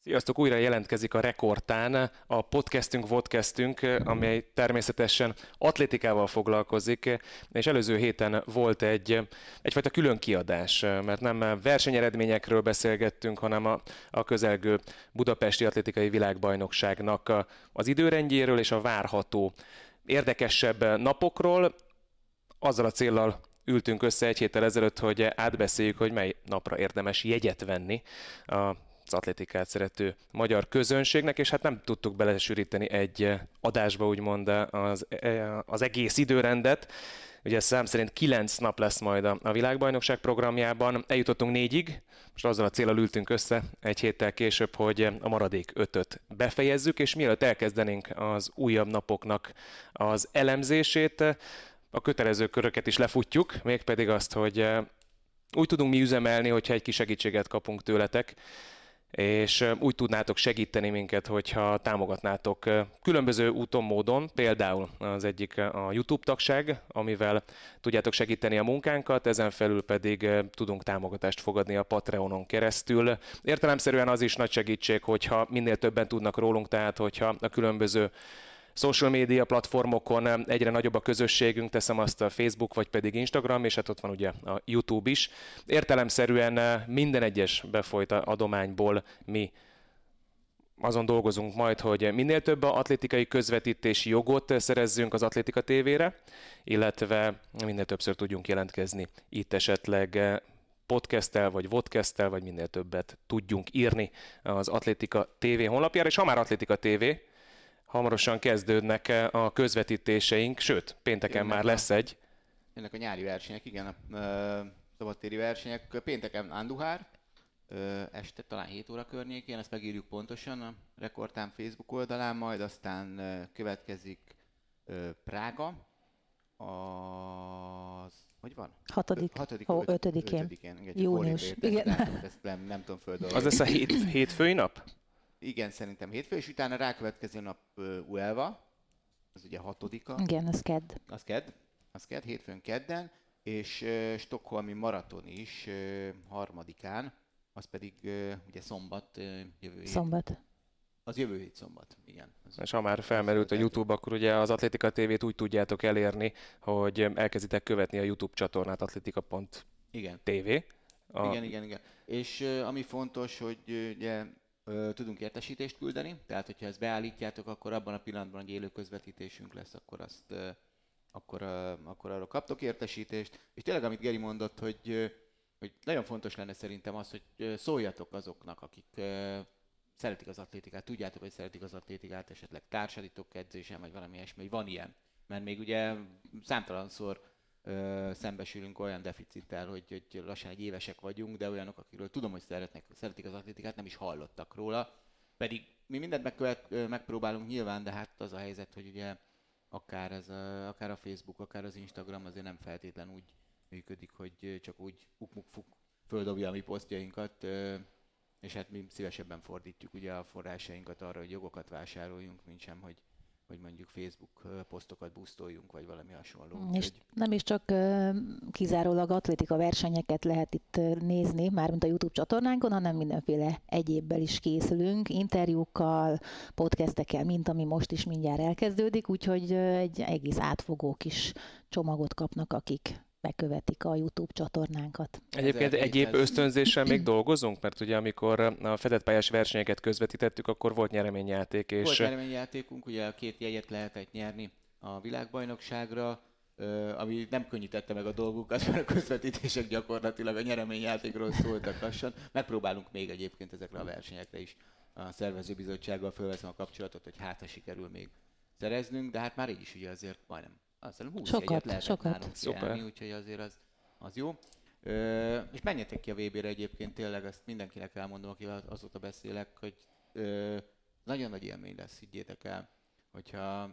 Sziasztok! Újra jelentkezik a Rekordtán a vodcastünk, amely természetesen atlétikával foglalkozik, és előző héten volt egyfajta külön kiadás, mert nem versenyeredményekről beszélgettünk, hanem a közelgő budapesti atlétikai világbajnokságnak az időrendjéről és a várható érdekesebb napokról. Azzal a céllal ültünk össze egy héttel ezelőtt, hogy átbeszéljük, hogy mely napra érdemes jegyet venni az atlétikát szerető magyar közönségnek, és hát nem tudtuk belesűríteni egy adásba úgymond az egész időrendet. Ugye szám szerint 9 nap lesz majd a világbajnokság programjában. Eljutottunk 4-ig, most azzal a céllal ültünk össze egy héttel később, hogy a maradék 5-öt befejezzük, és mielőtt elkezdenénk az újabb napoknak az elemzését, a kötelező köröket is lefutjuk, mégpedig azt, hogy úgy tudunk mi üzemelni, hogyha egy kis segítséget kapunk tőletek, és úgy tudnátok segíteni minket, hogyha támogatnátok különböző úton, módon, például az egyik a YouTube tagság, amivel tudjátok segíteni a munkánkat, ezen felül pedig tudunk támogatást fogadni a Patreonon keresztül. Értelemszerűen az is nagy segítség, hogyha minél többen tudnak rólunk, tehát hogyha a különböző social media platformokon egyre nagyobb a közösségünk, teszem azt a Facebook vagy pedig Instagram, és hát ott van ugye a YouTube is. Értelemszerűen minden egyes befolyt adományból mi azon dolgozunk majd, hogy minél több atlétikai közvetítési jogot szerezzünk az Atlétika TV-re, illetve minél többször tudjunk jelentkezni itt esetleg podcasttel, vagy vodcasttel, vagy minél többet tudjunk írni az Atlétika TV honlapjára, és ha már Atlétika TV, hamarosan kezdődnek a közvetítéseink, sőt, pénteken már lesz egy. Jönnek a nyári versenyek, igen, a szabadtéri versenyek. Pénteken Anduhár, este talán 7 óra környékén, ezt megírjuk pontosan a Rekordtán Facebook oldalán, majd aztán következik Prága, hogy van? 5-én. Június. Igen. Ezt nem tudom földolgozni. Az lesz a hétfői nap? Igen, szerintem hétfő, és utána rákövetkező nap Uelva, az ugye 6-a. Igen, az kedd. Az kedd, hétfőn kedden, és Stockholmi maraton is 3-án, az pedig ugye szombat, jövő hét. Szombat. Az jövő hét szombat, igen. És ha már felmerült a YouTube, akkor ugye az Atlétika TV-t úgy tudjátok elérni, hogy elkezditek követni a YouTube csatornát atletika.tv. Igen. És ami fontos, hogy ugye tudunk értesítést küldeni, tehát hogyha ezt beállítjátok, akkor abban a pillanatban, hogy élő közvetítésünk lesz, akkor arra kaptok értesítést. És tényleg, amit Geri mondott, hogy nagyon fontos lenne szerintem az, hogy szóljatok azoknak, akik szeretik az atlétikát, tudjátok, hogy szeretik az atlétikát, esetleg társadítok edzésen, vagy valami ilyesmi, hogy van ilyen. Mert még ugye számtalanszor szembesülünk olyan deficittel, hogy lassan egy évesek vagyunk, de olyanok, akikről tudom, hogy szeretik az atlétikát, nem is hallottak róla. Pedig mi mindent megpróbálunk nyilván, de hát az a helyzet, hogy ugye akár a Facebook, akár az Instagram azért nem feltétlen úgy működik, hogy csak úgy ukmuk-fuk földobja a mi posztjainkat, és hát mi szívesebben fordítjuk ugye a forrásainkat arra, hogy jogokat vásároljunk, mint sem, hogy mondjuk Facebook posztokat busztoljunk, vagy valami hasonló. És nem is csak kizárólag atlétika versenyeket lehet itt nézni, mármint a YouTube csatornánkon, hanem mindenféle egyébbel is készülünk, interjúkkal, podcastekkel, mint ami most is mindjárt elkezdődik, úgyhogy egy egész átfogó kis csomagot kapnak, akik bekövetik a YouTube csatornánkat. Egyébként egyéb ösztönzéssel még dolgozunk, mert ugye amikor a fedett pályás versenyeket közvetítettük, akkor volt nyereményjáték. Volt nyereményjátékunk, ugye 2 jegyet lehetett nyerni a világbajnokságra, ami nem könnyítette meg a dolgukat, mert a közvetítések gyakorlatilag a nyereményjátékról szóltak lassan. Megpróbálunk még egyébként ezekre a versenyekre is a szervezőbizottsággal fölveszem a kapcsolatot, hogy hát ha sikerül még szereznünk, de hát már így is ugye azért majdnem. Aztán 20 jegyet lehetett nálunk nyerni, úgyhogy azért az jó. És menjetek ki a VB-re egyébként, tényleg ezt mindenkinek elmondom, akivel azóta beszélek, hogy nagyon nagy élmény lesz, higgyétek el, hogyha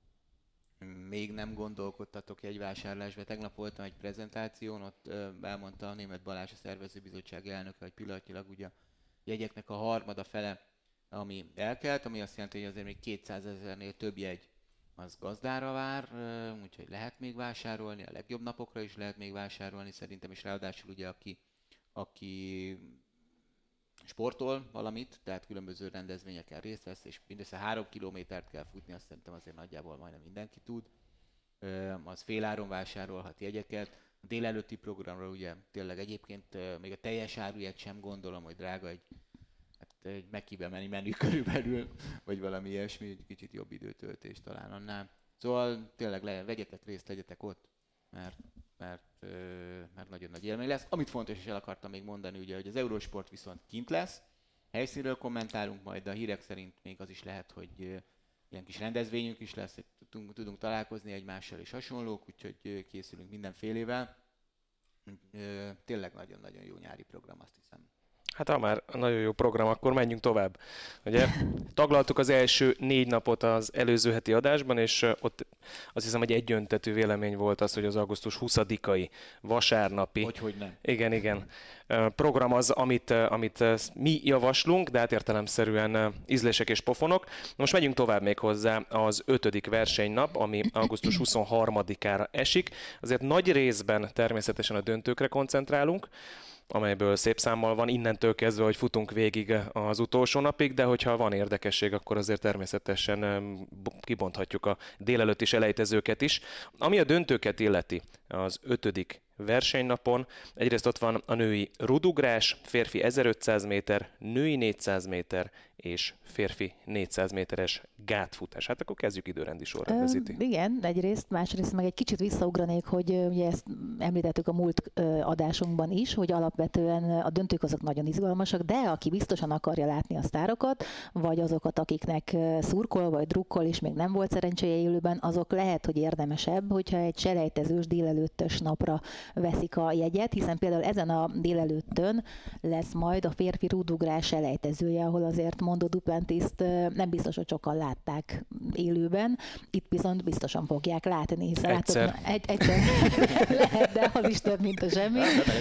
még nem gondolkodtatok jegyvásárlásba. Tegnap voltam egy prezentáción, ott elmondta a Németh Balázs, a szervezőbizottság elnöke, hogy pillanatnyilag ugye a jegyeknek a harmada fele, ami elkelt, ami azt jelenti, hogy azért még 200 000-nél több jegy az gazdára vár, úgyhogy lehet még vásárolni, a legjobb napokra is lehet még vásárolni szerintem, és ráadásul ugye aki sportol valamit, tehát különböző rendezvényeken részt vesz, és mindössze 3 kilométert kell futni, azt szerintem azért nagyjából majdnem mindenki tud. Az féláron vásárolhat jegyeket. A délelőtti programra ugye tényleg egyébként még a teljes árujegyet sem gondolom, hogy drága egy Meckibe menni menü körülbelül, vagy valami ilyesmi, egy kicsit jobb időtöltés talán annál. Szóval tényleg vegyetek részt, legyetek ott, mert nagyon nagy élmény lesz. Amit fontos, és el akartam még mondani, ugye, hogy az Eurosport viszont kint lesz, helyszínről kommentálunk majd, de a hírek szerint még az is lehet, hogy ilyen kis rendezvényünk is lesz, hogy tudunk találkozni egymással és hasonlók, úgyhogy készülünk mindenfélével. Tényleg nagyon-nagyon jó nyári program, azt hiszem. Hát ha már nagyon jó program, akkor menjünk tovább. Ugye taglaltuk az első 4 napot az előző heti adásban, és ott azt hiszem, hogy egyöntetű vélemény volt az, hogy az augusztus 20-ai vasárnapi... Hogy nem. Igen. Program az, amit mi javaslunk, de hát értelemszerűen ízlések és pofonok. Most megyünk tovább még hozzá az 5. versenynap, ami augusztus 23-ára esik. Azért nagy részben természetesen a döntőkre koncentrálunk, amelyből szép számmal van, innentől kezdve, hogy futunk végig az utolsó napig, de hogyha van érdekesség, akkor azért természetesen kibonthatjuk a délelőtti selejtezőket is. Ami a döntőket illeti, az 5. versenynapon egyrészt ott van a női rudugrás, férfi 1500 méter, női 400 méter és férfi 400 méteres gátfutás. Hát akkor kezdjük időrendi sorrendezíti. Igen, egyrészt, másrészt meg egy kicsit visszaugranék, hogy ugye ezt említettük a múlt adásunkban is, hogy alapvetően a döntők azok nagyon izgalmasak, de aki biztosan akarja látni a sztárokat, vagy azokat, akiknek szurkol vagy drukkol, és még nem volt szerencséje élőben, azok lehet, hogy érdemesebb, hogyha egy selejtezős délelőttös napra veszik a jegyet, hiszen például ezen a délelőttön lesz majd a férfi rúdugrás selejtezője, ahol azért Mondo Duplantiszt nem biztos, hogy sokan látták élőben, itt viszont biztosan fogják látni, hiszen egyszer. Egyszer lehet, de az is több, mint a semmi.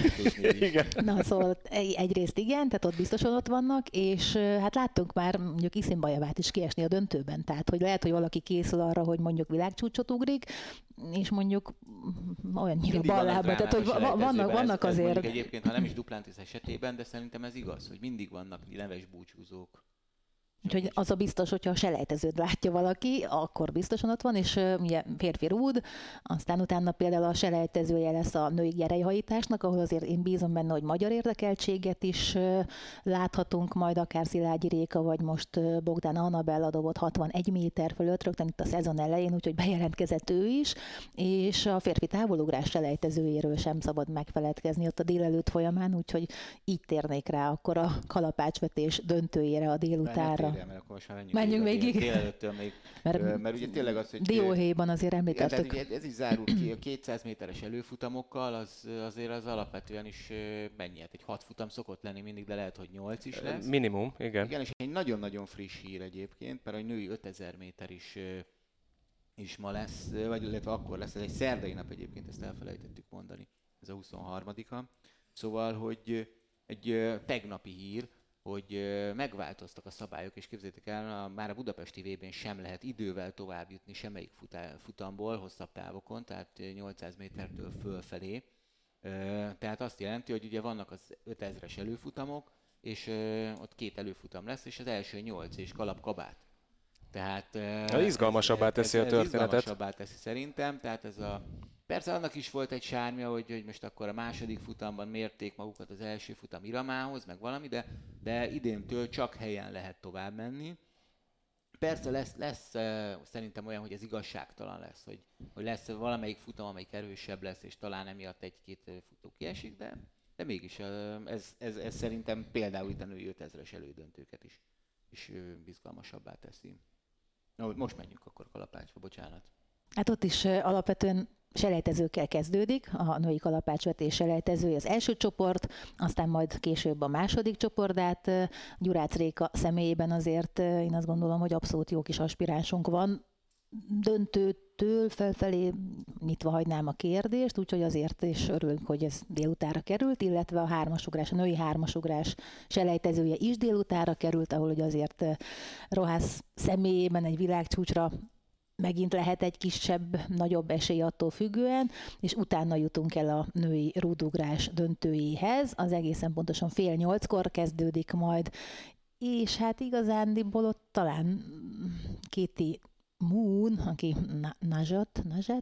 Igen. Na, szóval egyrészt igen, tehát ott biztosan ott vannak, és hát láttunk már mondjuk Iszimbayevát is kiesni a döntőben, tehát hogy lehet, hogy valaki készül arra, hogy mondjuk világcsúcsot ugrik, és mondjuk olyannyira ballába, tehát hogy vannak azért... Egyébként, ha nem is Duplantis esetében, de szerintem ez igaz, hogy mindig vannak neves búcsúzók. Úgyhogy az a biztos, hogyha a selejtezőt látja valaki, akkor biztosan ott van, és ugye férfi rúd, aztán utána például a selejtezője lesz a női gerelyhajításnak, ahol azért én bízom benne, hogy magyar érdekeltséget is láthatunk, majd akár Szilágyi Réka, vagy most Bogdán Annabella dobott 61 méter fölött, rögtön itt a szezon elején, úgyhogy bejelentkezett ő is, és a férfi távolugrás selejtezőjéről sem szabad megfeledkezni ott a délelőtt folyamán, úgyhogy így térnék rá akkor a kalapácsvetés döntőjére a délutánra. Mert akkor most már menjünk végig. Délelőttől még. Mert ugye tényleg az, hogy... Dióhéjban azért említettük. Ez is zárul ki, a 200 méteres előfutamokkal, azért az alapvetően is mennyi? Egy 6 futam szokott lenni mindig, de lehet, hogy 8 is lesz. Minimum, igen. Igen, és egy nagyon-nagyon friss hír egyébként, mert a női 5000 méter is ma lesz, vagy illetve akkor lesz, ez egy szerdai nap egyébként, ezt elfelejtettük mondani, ez a 23-a. Szóval, hogy egy tegnapi hír, hogy megváltoztak a szabályok, és képzeljétek el, már a budapesti VB-n sem lehet idővel tovább jutni semmelyik futamból, hosszabb távokon, tehát 800 métertől fölfelé. Tehát azt jelenti, hogy ugye vannak az 5000-es előfutamok, és ott 2 előfutam lesz, és az első 8 és kalap-kabát. Tehát izgalmasabbá teszi a történetet. Izgalmasabbá teszi szerintem, tehát ez a... Persze annak is volt egy sármja, hogy most akkor a második futamban mérték magukat az első futam iramához, meg valami, de idéntől csak helyen lehet tovább menni. Persze lesz szerintem olyan, hogy ez igazságtalan lesz, hogy lesz valamelyik futam, amelyik erősebb lesz, és talán emiatt 1-2 futó kiesik, de mégis ez szerintem például itt a női 5000-es elődöntőket is izgalmasabbá teszi. No, most menjünk akkor kalapácsba, bocsánat. Hát ott is alapvetően selejtezőkkel kezdődik, a női kalapácsvetés selejtezője az első csoport, aztán majd később a második csoport, de hát Gyurácz Réka személyében azért én azt gondolom, hogy abszolút jó kis aspiránsunk van. Döntőtől felfelé nyitva hagynám a kérdést, úgyhogy azért is örülünk, hogy ez délutára került, illetve a hármasugrás, a női hármasugrás selejtezője is délutára került, ahol ugye azért Rohász személyében egy világcsúcsra megint lehet egy kisebb, nagyobb esély attól függően, és utána jutunk el a női rúdugrás döntőjéhez. Az egészen pontosan 7:30 kezdődik majd, és hát igazándiból ott talán Katie Moon, aki Najat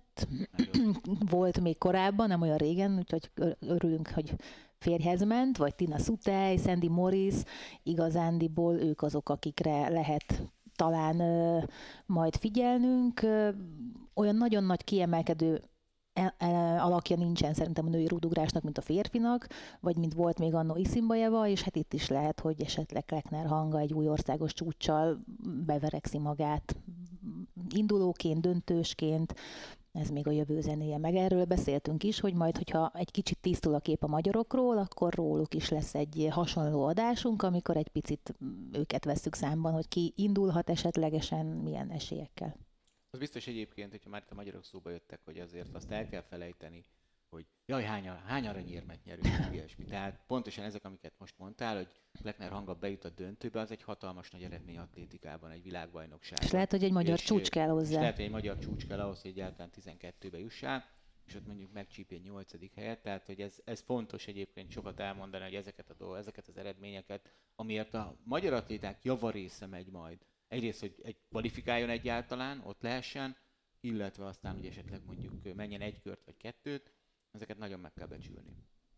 volt még korábban, nem olyan régen, úgyhogy örülünk, hogy férjhez ment, vagy Tina Sutej, Sandy Morris, igazándiból ők azok, akikre lehet talán majd figyelnünk. Olyan nagyon nagy kiemelkedő alakja nincsen szerintem a női rúdugrásnak, mint a férfinak, vagy mint volt még annó Isimbajeva, és hát itt is lehet, hogy esetleg Kleckner Hanga egy új országos csúccsal beverekszi magát indulóként, döntősként. Ez még a jövő zenéje. Meg erről beszéltünk is, hogy majd, hogyha egy kicsit tisztul a kép a magyarokról, akkor róluk is lesz egy hasonló adásunk, amikor egy picit őket vesszük számban, hogy ki indulhat esetlegesen, milyen esélyekkel. Az biztos egyébként, hogyha már itt a magyarok szóba jöttek, hogy azért azt el kell felejteni, hogy jaj, hány aranyérmet nyerünk, ilyesmi. Tehát pontosan ezek, amiket most mondtál, hogy Kleckner Hanga bejut a döntőbe, az egy hatalmas nagy eredmény atlétikában, egy világbajnokságban. És lehet, hogy egy magyar csúcs kell hozzá. Lehet, hogy egy magyar csúcs kell ahhoz, hogy egyáltalán 12-be jussál, és ott mondjuk megcsípj egy 8. helyet. Tehát, hogy ez fontos egyébként sokat elmondani, hogy ezeket az eredményeket, amiért a magyar atléták javarésze megy majd. Egyrészt, hogy kvalifikáljon egyáltalán, ott lehessen, illetve aztán, hogy esetleg mondjuk menjen egy kört vagy kettőt, ezeket nagyon meg kell becsülni.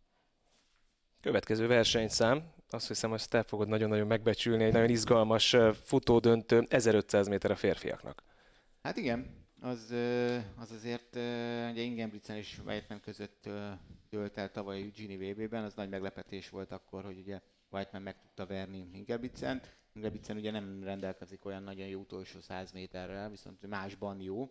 Következő versenyszám, azt hiszem, hogy te fogod nagyon-nagyon megbecsülni, egy nagyon izgalmas futódöntő, 1500 méter a férfiaknak. Hát igen, az azért ugye Ingebrigtsen és Weidman között dőlt el tavaly a Eugene VB-ben, az nagy meglepetés volt akkor, hogy ugye Weidman meg tudta verni Ingebrigtsent. Ingebrigtsen ugye nem rendelkezik olyan nagyon jó utolsó 100 méterrel, viszont másban jó.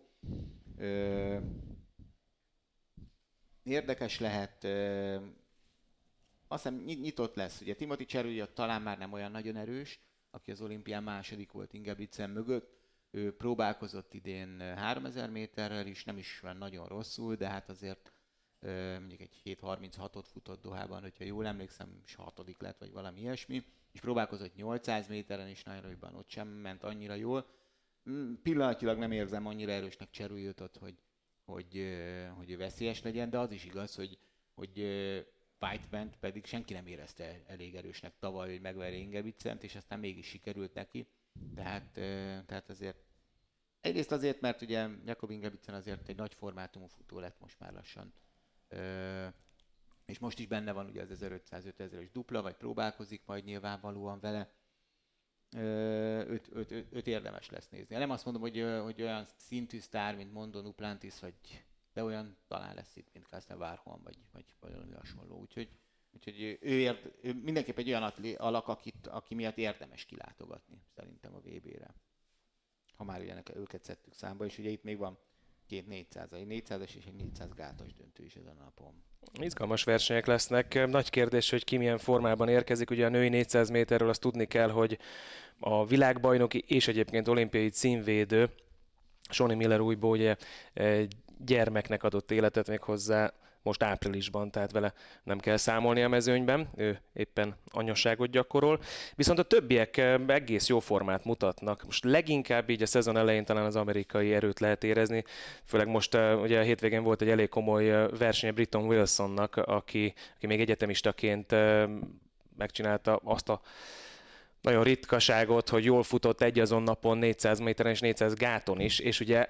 Érdekes lehet, azt hiszem nyitott lesz. Ugye Timothy Cheruiyot talán már nem olyan nagyon erős, aki az olimpián második volt Ingebrigtsen mögött. Ő próbálkozott idén 3000 méterrel is, nem is olyan nagyon rosszul, de hát azért mondjuk egy 7:36-ot futott Dohában, hogyha jól emlékszem, és 6. lett, vagy valami ilyesmi. És próbálkozott 800 méteren is, Nairobiban ott sem ment annyira jól. Pillanatilag nem érzem annyira erősnek Cheruiyotot, hogy ő veszélyes legyen, de az is igaz, hogy Weidmant pedig senki nem érezte elég erősnek tavaly, hogy megverje Ingebrigtsent, és aztán mégis sikerült neki. Tehát azért egyrészt azért, mert ugye Jakob Ingebrigtsen azért egy nagy formátumú futó lett most már lassan. És most is benne van ugye az 1500-5000-es dupla, vagy próbálkozik majd nyilvánvalóan vele. Őt érdemes lesz nézni. Nem azt mondom, hogy olyan szintű sztár, mint Mondo Duplantis, de olyan talán lesz itt, mint Kastner Warholm, vagy valami hasonló. Úgyhogy ő mindenképp egy olyan alak, aki miatt érdemes kilátogatni szerintem a VB-re. Ha már ugye őket szedtük számba, és ugye itt még van 2 400, egy 400-es és egy 400 gátas döntő is ezen a napon. Izgalmas versenyek lesznek. Nagy kérdés, hogy ki milyen formában érkezik. Ugye a női 400 méterről azt tudni kell, hogy a világbajnoki és egyébként olimpiai címvédő Shawnee Miller-Uibo ugye gyermeknek adott életet még hozzá most áprilisban, tehát vele nem kell számolni a mezőnyben, ő éppen anyasságot gyakorol. Viszont a többiek egész jó formát mutatnak. Most leginkább így a szezon elején talán az amerikai erőt lehet érezni, főleg most ugye a hétvégén volt egy elég komoly verseny Britton Wilsonnak, aki még egyetemistaként megcsinálta azt a nagyon ritkaságot, hogy jól futott egyazon napon 400 méteren és 400 gáton is, és ugye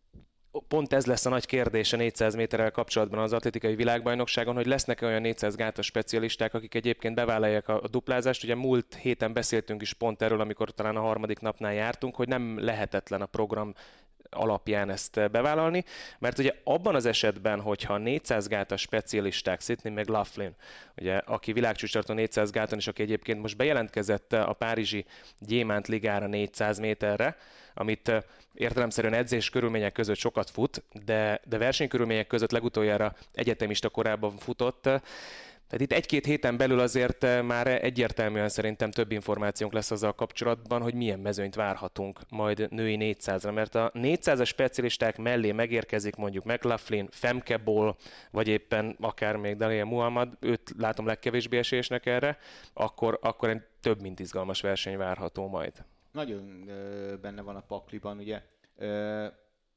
pont ez lesz a nagy kérdés a 400 méterrel kapcsolatban az atlétikai világbajnokságon, hogy lesznek olyan 400 gátos specialisták, akik egyébként bevállalják a duplázást. Ugye múlt héten beszéltünk is pont erről, amikor talán a harmadik napnál jártunk, hogy nem lehetetlen a program alapján ezt bevállalni, mert ugye abban az esetben, hogyha 400 gátas specialisták, Sydney McLaughlin, ugye, aki világcsúcstartó 400 gáton, és aki egyébként most bejelentkezett a párizsi Gyémánt Ligára 400 méterre, amit értelemszerűen edzés körülmények között sokat fut, de versenykörülmények között legutoljára egyetemista korában futott. Tehát itt 1-2 héten belül azért már egyértelműen szerintem több információnk lesz azzal kapcsolatban, hogy milyen mezőnyt várhatunk majd női 400-ra, mert a 400-as specialisták mellé megérkezik mondjuk McLaughlin, Femke Bol, vagy éppen még Dalia Muhammad, őt látom legkevésbé esélyesnek erre, akkor egy több mint izgalmas verseny várható majd. Nagyon benne van a pakliban, ugye.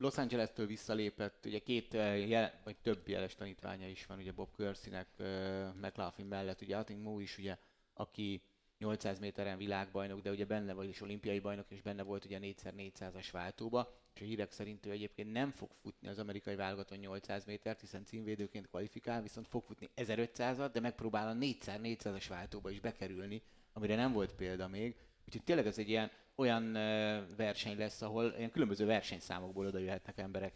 Los Angeles-től visszalépett, ugye vagy több jeles tanítványa is van, ugye Bob Kerseynek, McLaughlin mellett, ugye Atingmó is, ugye, aki 800 méteren világbajnok, de ugye benne vagy is olimpiai bajnok, és benne volt ugye 4x400-as váltóba, és a hírek szerint ő egyébként nem fog futni az amerikai válogaton 800 métert, hiszen címvédőként kvalifikál, viszont fog futni 1500-at, de megpróbál a 4x400-as váltóba is bekerülni, amire nem volt példa még. Úgyhogy tényleg ez egy olyan verseny lesz, ahol ilyen különböző versenyszámokból oda jöhetnek emberek,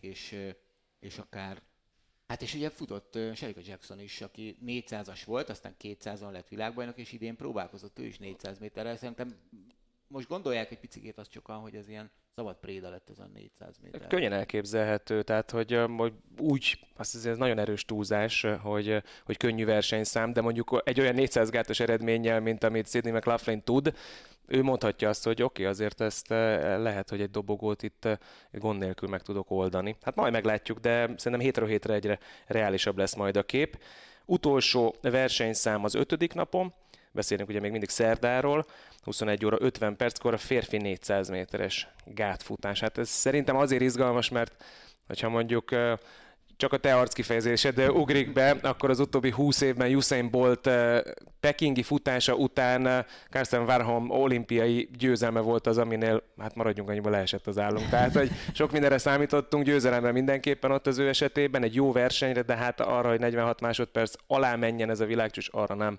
és akár... Hát és ugye futott Shericka Jackson is, aki 400-as volt, aztán 200-on lett világbajnok, és idén próbálkozott ő is 400 méterrel. Szerintem most gondolják egy picikét azt sokan, hogy ez ilyen szabad préda lett ez a 400 méter. Könnyen elképzelhető, tehát hogy úgy, ez nagyon erős túlzás, hogy könnyű versenyszám, de mondjuk egy olyan 400 gátos eredménnyel, mint amit Sydney McLaughlin tud, ő mondhatja azt, hogy oké, azért ezt lehet, hogy egy dobogót itt gond nélkül meg tudok oldani. Hát majd meglátjuk, de szerintem hétről hétre egyre reálisabb lesz majd a kép. Utolsó versenyszám az 5. napon, beszélünk ugye még mindig szerdáról, 21 óra 50 perckor a férfi 400 méteres gátfutás. Hát ez szerintem azért izgalmas, mert hogyha mondjuk csak a te arckifejezésed ugrik be, akkor az utóbbi 20 évben Usain Bolt pekingi futása után Karsten Warholm olimpiai győzelme volt az, aminél hát maradjunk annyiból leesett az állunk. Tehát, hogy sok mindenre számítottunk, győzelemre mindenképpen ott az ő esetében, egy jó versenyre, de hát arra, hogy 46 másodperc alá menjen ez a világcsúcs, arra nem.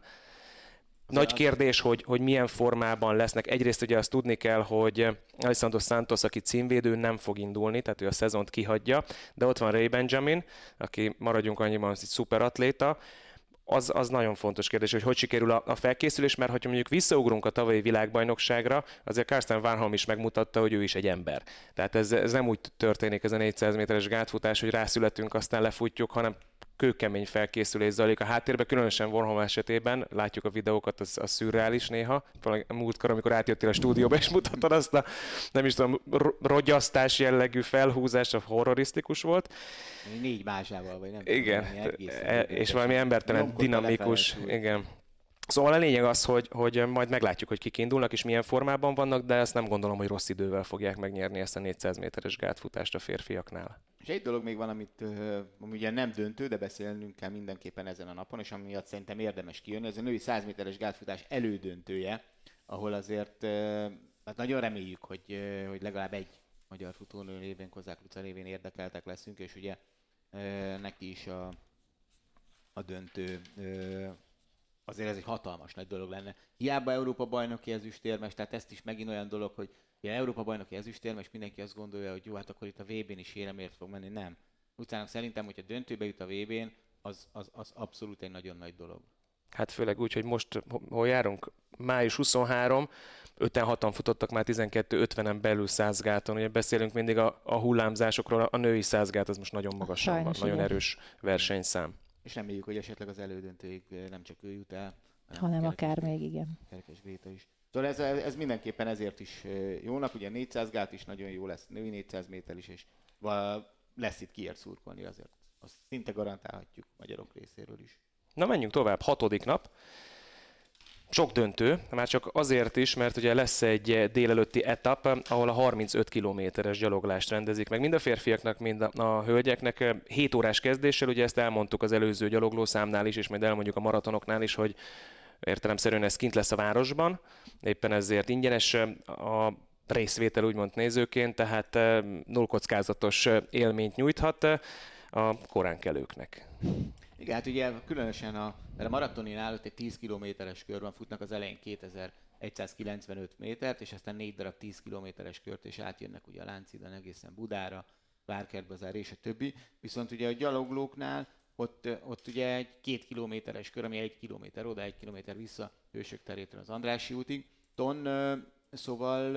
Nagy kérdés, hogy milyen formában lesznek. Egyrészt ugye azt tudni kell, hogy Alessandro Santos, aki címvédő, nem fog indulni, tehát ő a szezont kihagyja, de ott van Ray Benjamin, aki maradjunk annyiban, az egy szuperatléta. Az nagyon fontos kérdés, hogy sikerül a felkészülés, mert ha mondjuk visszaugrunk a tavalyi világbajnokságra, azért Karsten Warholm is megmutatta, hogy ő is egy ember. Tehát ez nem úgy történik ez a 400 méteres gátfutás, hogy rászületünk, aztán lefutjuk, hanem kőkemény felkészülés zajlik a háttérben, különösen Warholm esetében, látjuk a videókat, az szürreális néha. Múltkor, amikor átjöttél a stúdióba, és mutatod azt a, nem is tudom, rogyasztás jellegű felhúzást, a horrorisztikus volt. 4 mázsával, vagy nem igen, tudom. És valami embertelen, dinamikus. Igen. Szóval a lényeg az, hogy majd meglátjuk, hogy kik indulnak, és milyen formában vannak, de ezt nem gondolom, hogy rossz idővel fogják megnyerni ezt a 400 méteres gátfutást a férfiaknál. És egy dolog még van, amit ugye nem döntő, de beszélnünk kell mindenképpen ezen a napon, és ami miatt szerintem érdemes kijönni, ez a női 100 méteres gátfutás elődöntője, ahol azért hát nagyon reméljük, hogy legalább egy magyar futónő révén, Kozák Luca révén érdekeltek leszünk, és ugye neki is a döntő azért ez egy hatalmas nagy dolog lenne. Hiába Európa bajnoki ezüstérmes, tehát ezt is megint olyan dolog, hogy ugye Európa bajnoki ezüstérmes, mindenki azt gondolja, hogy jó, hát akkor itt a VB-n is éremért fog menni. Nem. Utána szerintem, hogyha döntőbe jut a VB-n, az abszolút egy nagyon nagy dolog. Hát főleg úgy, hogy most hol járunk? Május 23, 5-6-an futottak már 12-50-en belül 100 gáton. Ugye beszélünk mindig a hullámzásokról, a női 100 gát az most nagyon magasan van, nagyon erős versenyszám. És reméljük, hogy esetleg az elődöntőig nem csak ő jut el, hanem akár még, igen. Kerekes Gréta is. Szóval ez mindenképpen ezért is jónak, ugye 400 gát is nagyon jó lesz, női 400 méter is, és lesz itt kiért szurkolni azért. Azt szinte garantálhatjuk magyarok részéről is. Na menjünk tovább, 6. nap. Sok döntő, már csak azért is, mert ugye lesz egy délelőtti etap, ahol a 35 kilométeres gyaloglást rendezik meg mind a férfiaknak, mind a hölgyeknek. 7 órás kezdéssel, ugye ezt elmondtuk az előző gyaloglószámnál is, és majd elmondjuk a maratonoknál is, hogy értelemszerűen ez kint lesz a városban, éppen ezért ingyenes a részvétel úgymond nézőként, tehát null kockázatos élményt nyújthat a koránkelőknek. Igen, hát ugye különösen a maratoninál ott egy 10 kilométeres körben futnak az elején 2195 métert, és aztán 4 darab 10 kilométeres kört, és átjönnek ugye a Lánchídon egészen Budára, Várkertbazár és a többi. Viszont ugye a gyaloglóknál ott ugye egy 2 kilométeres kör, ami 1 kilométer oda, 1 kilométer vissza, Hősök terétől az Andrássy útig. Szóval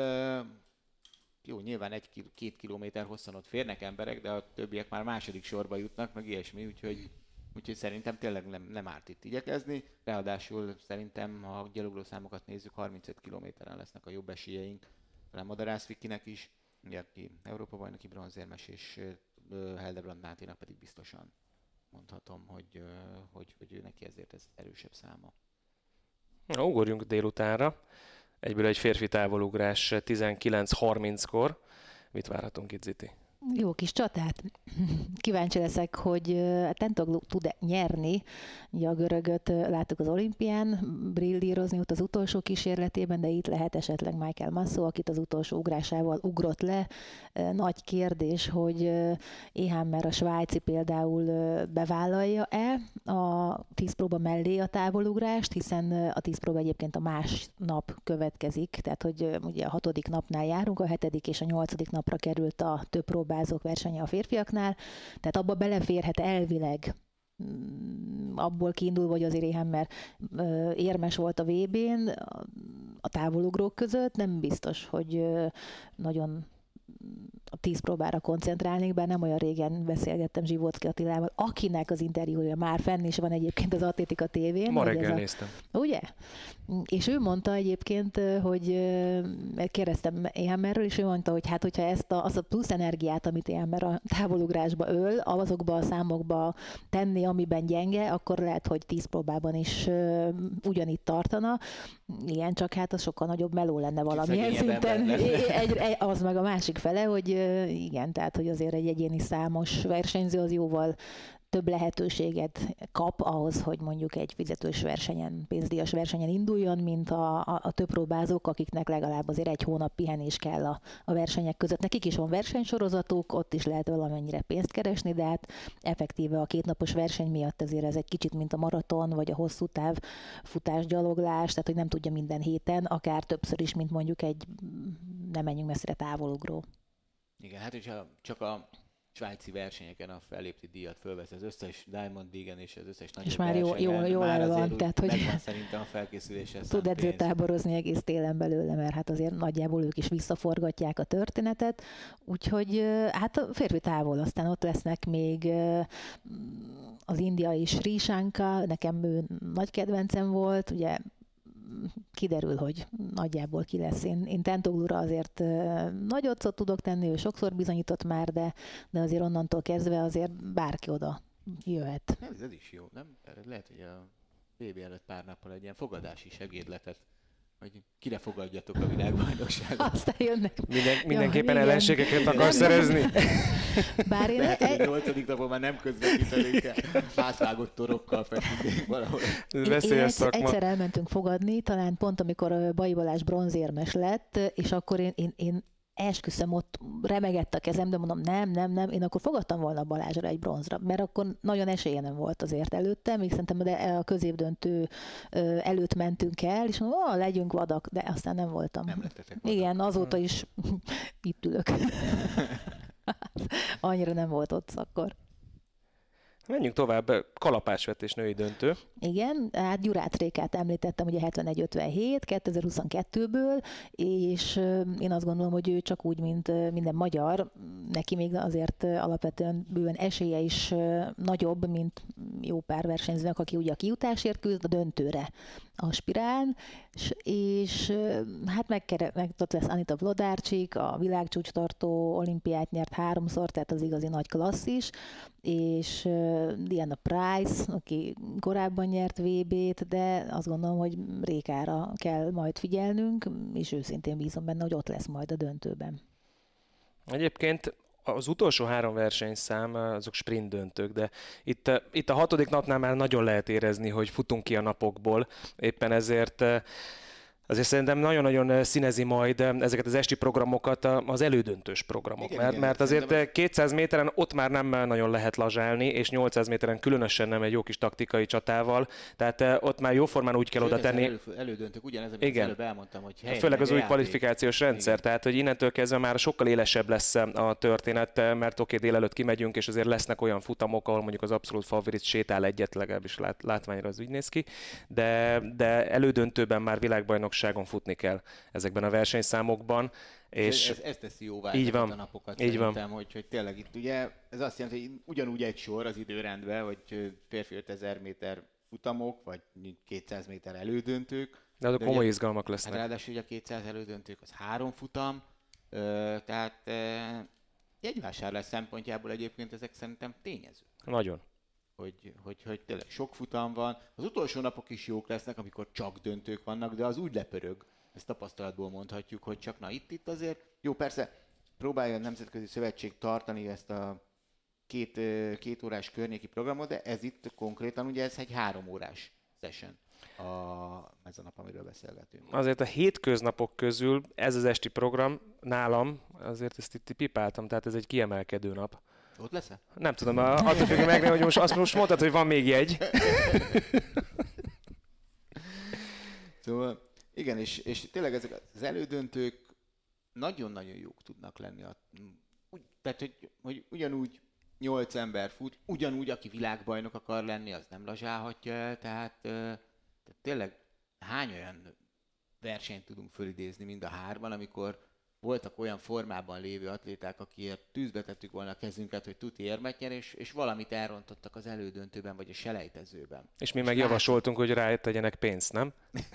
jó, nyilván 1-2 kilométer hosszan ott férnek emberek, de a többiek már második sorba jutnak, meg ilyesmi, úgyhogy szerintem tényleg nem árt itt igyekezni. Ráadásul szerintem, ha a gyaloglószámokat nézzük, 35 kilométeren lesznek a jobb esélyeink. Talán Madarász Vikinek is, aki Európa bajnoki bronzérmes, és Hildebrand Máténak pedig biztosan mondhatom, hogy ő neki ezért ez erősebb száma. Na, ugorjunk délutánra. Egyből egy férfi távolugrás 19:30-kor. Mit várhatunk itt, Ziti? Jó kis csatát. Kíváncsi leszek, hogy Tentoglou tud-e nyerni. Ugye a görögöt láttuk az olimpián brillírozni ott az utolsó kísérletében, de itt lehet esetleg Michael Massó, akit az utolsó ugrásával ugrott le. Nagy kérdés, hogy Ehammer a svájci például bevállalja-e a 10 próba mellé a távolugrást, hiszen a 10 próba egyébként a másnap következik, tehát hogy ugye a 6. napnál járunk, a 7. és a 8. napra került a több próbázók versenye a férfiaknál, tehát abba beleférhet elvileg, abból kiindulva, hogy azért Ehammer érmes volt a VB-n a távolugrók között, nem biztos, hogy nagyon a 10 próbára koncentrálnék, bár nem olyan régen beszélgettem Zsivóczky Attilával, akinek az interjúja már fenn is van egyébként az Atlétika tévén. Ma reggel néztem. Ugye? És ő mondta egyébként, hogy kérdeztem Ehammerről, és ő mondta, hogy hát, hogyha azt a plusz energiát, amit Ehammer a távolugrásba öl, azokba a számokba tenni, amiben gyenge, akkor lehet, hogy 10 próbában is ugyanitt tartana. Igen, csak hát az sokkal nagyobb meló lenne valamilyen szinten. Az meg a másik fele, hogy igen, tehát hogy azért egy egyéni számos versenyző az jóval több lehetőséget kap ahhoz, hogy mondjuk egy fizetős versenyen, pénzdíjas versenyen induljon, mint a több próbázók, akiknek legalább azért egy hónap pihenés kell a versenyek között. Nekik is van versenysorozatuk, ott is lehet valamennyire pénzt keresni, de hát effektíve a 2 napos verseny miatt azért ez egy kicsit, mint a maraton, vagy a hosszú táv futás, gyaloglás, tehát hogy nem tudja minden héten, akár többször is, mint mondjuk egy, nem menjünk messzire, távolugró. Igen, hát hogyha csak a svájci versenyeken a fellépti díjat fölvesz az összes Diamond League-en és az összes nagyobb versenyen. És már jól el van, tehát hogy megvan szerintem a felkészüléshez. tud edzőtáborozni egész télen belőle, mert hát azért nagyjából ők is visszaforgatják a történetet, úgyhogy hát a férfi távol, aztán ott lesznek még az indiai Sri Shankar, nekem ő nagy kedvencem volt, ugye kiderül, hogy nagyjából ki lesz. Én Tentogloura azért nagyot tudok tenni, ő sokszor bizonyított már, de azért onnantól kezdve azért bárki oda jöhet. Ez is jó, nem? Lehet, hogy a VB előtt pár nappal egy ilyen fogadási segédletet, hogy kire fogadjatok a világbajnokságot. Aztán jönnek. Mindenképpen ellenségeket akar szerezni. Bár én... Lehet, hogy 8. napon már nem közvetítenünk el, átvágott torokkal feküdünk valahol. Veszélyes szakma. Egyszer elmentünk fogadni, talán pont amikor Bai Balázs bronzérmes lett, és akkor én esküszöm, ott remegett a kezem, de mondom, nem, én akkor fogadtam volna Balázsra egy bronzra, mert akkor nagyon esélye nem volt azért előtte, még szerintem a középdöntő előtt mentünk el, és mondom, legyünk vadak, de aztán nem voltam. Nem lettetek vadak. Igen, azóta is itt ülök. Annyira nem volt ott akkor. Menjünk tovább, kalapásvetés női döntő. Igen, hát Gyurát Rékát említettem, ugye 71-57, 2022-ből, és én azt gondolom, hogy ő csak úgy, mint minden magyar, neki még azért alapvetően bőven esélye is nagyobb, mint jó pár versenyzőnek, aki ugye a kijutásért küzd, a döntőre aspirál, és hát ott lesz Anita Vlodarczyk, a világcsúcstartó, olimpiát nyert 3-szor, tehát az igazi nagy klasszis, és Diana Price, aki korábban nyert VB-t, de azt gondolom, hogy Rékára kell majd figyelnünk, és őszintén bízom benne, hogy ott lesz majd a döntőben. Egyébként az utolsó 3 versenyszám azok sprint döntők, de itt a 6. napnál már nagyon lehet érezni, hogy futunk ki a napokból. Éppen ezért azért szerintem nagyon-nagyon színezi majd ezeket az esti programokat az elődöntős programok. Mert azért 200 méteren ott már nem nagyon lehet lazsálni, és 800 méteren különösen nem egy jó kis taktikai csatával. Tehát ott már jóformán úgy kell oda tenni. Elődöntők, ugyanez, amit előbb elmondtam, hogy főleg az új kvalifikációs rendszer, igen. Tehát hogy innentől kezdve már sokkal élesebb lesz a történet, mert oké, délelőtt kimegyünk, és azért lesznek olyan futamok, ahol mondjuk az abszolút favorit sétál egyet, legalábbis látványra az úgy néz ki, de elődöntőben már világbajnokságon futni kell ezekben a versenyszámokban. És ez teszi jóvá a napokat szerintem, hogy tényleg itt ugye ez azt jelenti, hogy ugyanúgy egy sor az időrendben, hogy férfi 5000 méter futamok, vagy 200 méter elődöntők. De azok komoly izgalmak lesznek. Hát ráadásul ugye a 200 elődöntők az 3 futam, tehát jegyvásárlás szempontjából egyébként ezek szerintem tényezők. Nagyon. Hogy tényleg sok futam van. Az utolsó napok is jók lesznek, amikor csak döntők vannak, de az úgy lepörög. Ezt tapasztalatból mondhatjuk, hogy csak itt azért. Jó, persze, próbálja a Nemzetközi Szövetség tartani ezt a két órás környéki programot, de ez itt konkrétan ugye ez egy 3 órás session. Ez a nap, amiről beszélgetünk. Azért a hétköznapok közül ez az esti program nálam, azért ezt itt pipáltam, tehát ez egy kiemelkedő nap. Ott lesz-e? Nem tudom, attól függően meg, hogy most mondtad, hogy van még jegy. Szóval igen, és tényleg ezek az elődöntők nagyon-nagyon jók tudnak lenni. Tehát, hogy ugyanúgy 8 ember fut, ugyanúgy, aki világbajnok akar lenni, az nem lazsálhatja el, tehát tényleg hány olyan versenyt tudunk fölidézni mind a 3-ban, amikor voltak olyan formában lévő atléták, akiért tűzbe tettük volna a kezünket, hogy tuti érmet nyer, és valamit elrontottak az elődöntőben, vagy a selejtezőben. És mi meg javasoltunk, hogy rátegyenek pénzt, nem?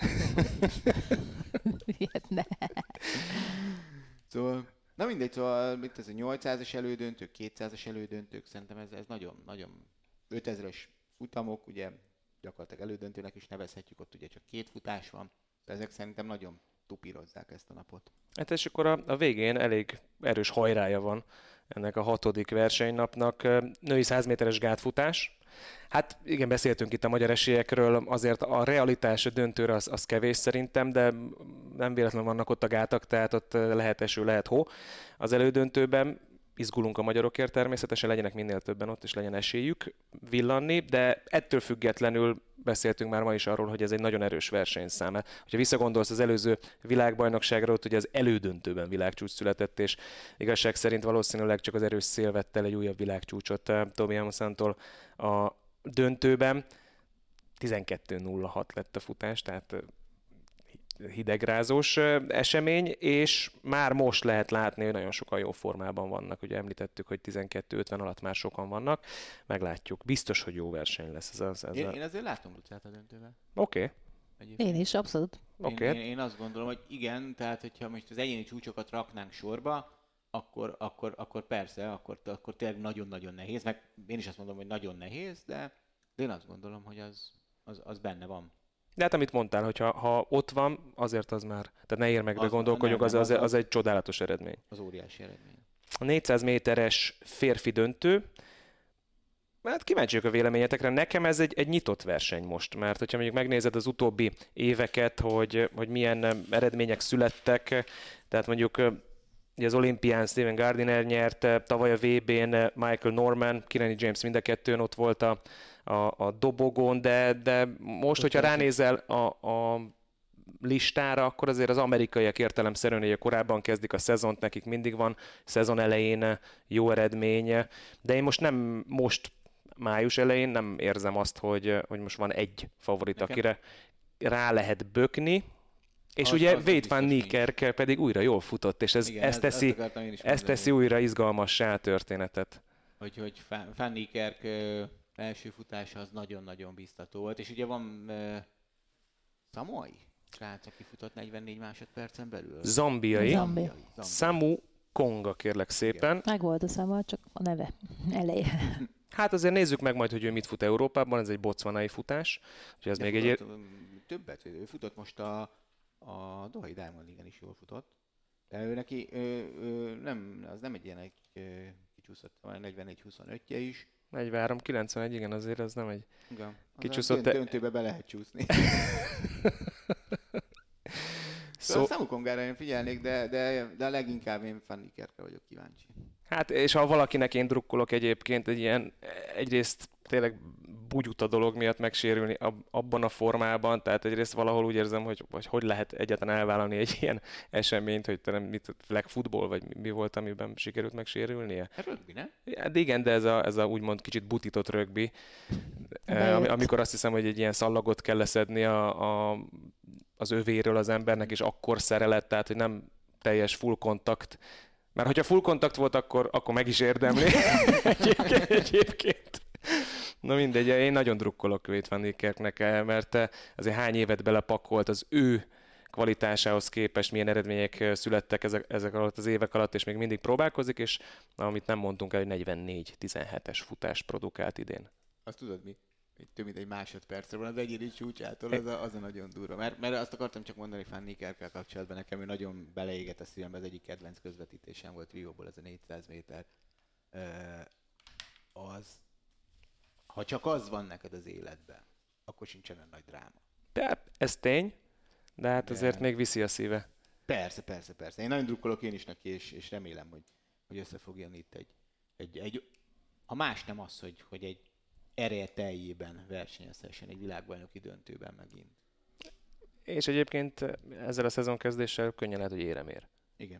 Ilyet ne. Szóval, na mindegy, szóval mit ez a 800-as elődöntők, 200-as elődöntők, szerintem ez nagyon 5000-es futamok, ugye gyakorlatilag elődöntőnek is nevezhetjük, ott ugye csak 2 futás van, de ezek szerintem nagyon tupírozzák ezt a napot. Hát és akkor a végén elég erős hajrája van ennek a 6. versenynapnak. Női 100 méteres gátfutás. Hát igen, beszéltünk itt a magyar esélyekről, azért a realitás a döntőre az kevés szerintem, de nem véletlenül vannak ott a gátak, tehát ott lehet eső, lehet hó. Az elődöntőben izgulunk a magyarokért természetesen, legyenek minél többen ott, és legyen esélyük villanni, de ettől függetlenül beszéltünk már ma is arról, hogy ez egy nagyon erős versenyszám. Ha visszagondolsz az előző világbajnokságra, ott ugye az elődöntőben világcsúcs született, és igazság szerint valószínűleg csak az erős szél vett el egy újabb világcsúcsot Tomi Amussantól a döntőben. 12.06 lett a futás, tehát hidegrázós esemény, és már most lehet látni, hogy nagyon sokan jó formában vannak. Ugye említettük, hogy 12.50 alatt már sokan vannak. Meglátjuk. Biztos, hogy jó verseny lesz. Én azért látom Lucát a döntőben. Oké. Én is, abszolút. Én azt gondolom, hogy igen, tehát hogyha most az egyéni csúcsokat raknánk sorba, akkor persze, akkor tényleg nagyon-nagyon nehéz, meg én is azt mondom, hogy nagyon nehéz, de én azt gondolom, hogy az benne van. De hát amit mondtál, hogy ha ott van, azért az már, tehát ne ér meg, de gondolkodjunk, az egy csodálatos eredmény. Az óriási eredmény. A 400 méteres férfi döntő, hát kíváncsiak a véleményetekre. Nekem ez egy nyitott verseny most, mert hogyha mondjuk megnézed az utóbbi éveket, hogy milyen eredmények születtek, tehát mondjuk ugye az olimpián Steven Gardiner nyert, tavaly a VB-n Michael Norman, Kireni James mind a kettőn ott volt a dobogón, de most, hogyha ránézel a listára, akkor azért az amerikaiak értelemszerűen, hogy korábban kezdik a szezont, nekik mindig van szezon elején jó eredmény, de én most május elején nem érzem azt, hogy most van egy favorit, akire rá lehet bökni, és ugye Wout van Niekerk pedig újra jól futott, és ez teszi újra izgalmassá a történetet. Hogy Van Niekerk első futása az nagyon-nagyon biztató volt, és ugye van Samoai srác, aki futott 44 másodpercen belül. Zambiai. Samu Konga, kérlek szépen. Meg volt a szava, csak a neve eleje. Hát azért nézzük meg majd, hogy ő mit fut Európában, ez egy botswanai futás. Úgyhogy ez még egy... Többet, ő futott most a Dohai Diamond League-en is jól futott. De ő neki, az nem egy ilyen kicsúszott, van 44-25-je is. 43-91, igen, azért ez nem egy kicsúszott... Döntőbe be lehet csúszni. Szóval Samu Kongára én figyelnék, de leginkább én Van Niekerkre vagyok kíváncsi. Hát, és ha valakinek én drukkolok egyébként egy ilyen, egyrészt tényleg bugyuta dolog miatt megsérülni abban a formában, tehát egyrészt valahol úgy érzem, hogy lehet egyáltalán elvállalni egy ilyen eseményt, hogy mit flag football, vagy mi volt, amiben sikerült megsérülnie? A rögbi, nem? Hát igen, de ez a úgymond kicsit butított rögbi, amikor azt hiszem, hogy egy ilyen szallagot kell leszedni az övéről az embernek, és akkor szerelet, tehát hogy nem teljes full kontakt. Mert hogyha full kontakt volt, akkor meg is érdemli egyébként. Na mindegy, én nagyon drukkolok Wout van Niekerknek, mert azért hány évet belepakolt az ő kvalitásához képest, milyen eredmények születtek ezek alatt az évek alatt, és még mindig próbálkozik, és amit nem mondtunk el, hogy 44-17-es futást produkált idén. Azt tudod mi? több mint egy másodpercre van az egyéni csúcsától, az a nagyon durva. Mert azt akartam csak mondani Van Niekerkkel kapcsolatban, nekem ő nagyon beleégett a szívembe, az egyik kedvenc közvetítésem volt Rióból, ez a 400 méter. Ha csak az van neked az életben, akkor sincsen olyan nagy dráma. De ez tény, de hát azért még viszi a szíve. Persze. Én nagyon drukkolok én is neki, és remélem, hogy össze fog jönni itt egy ha más nem az, hogy egy ereje teljében versenyezhessen egy világbajnoki döntőben megint. És egyébként ezzel a szezonkezdéssel könnyen lehet, hogy érem ér. Igen.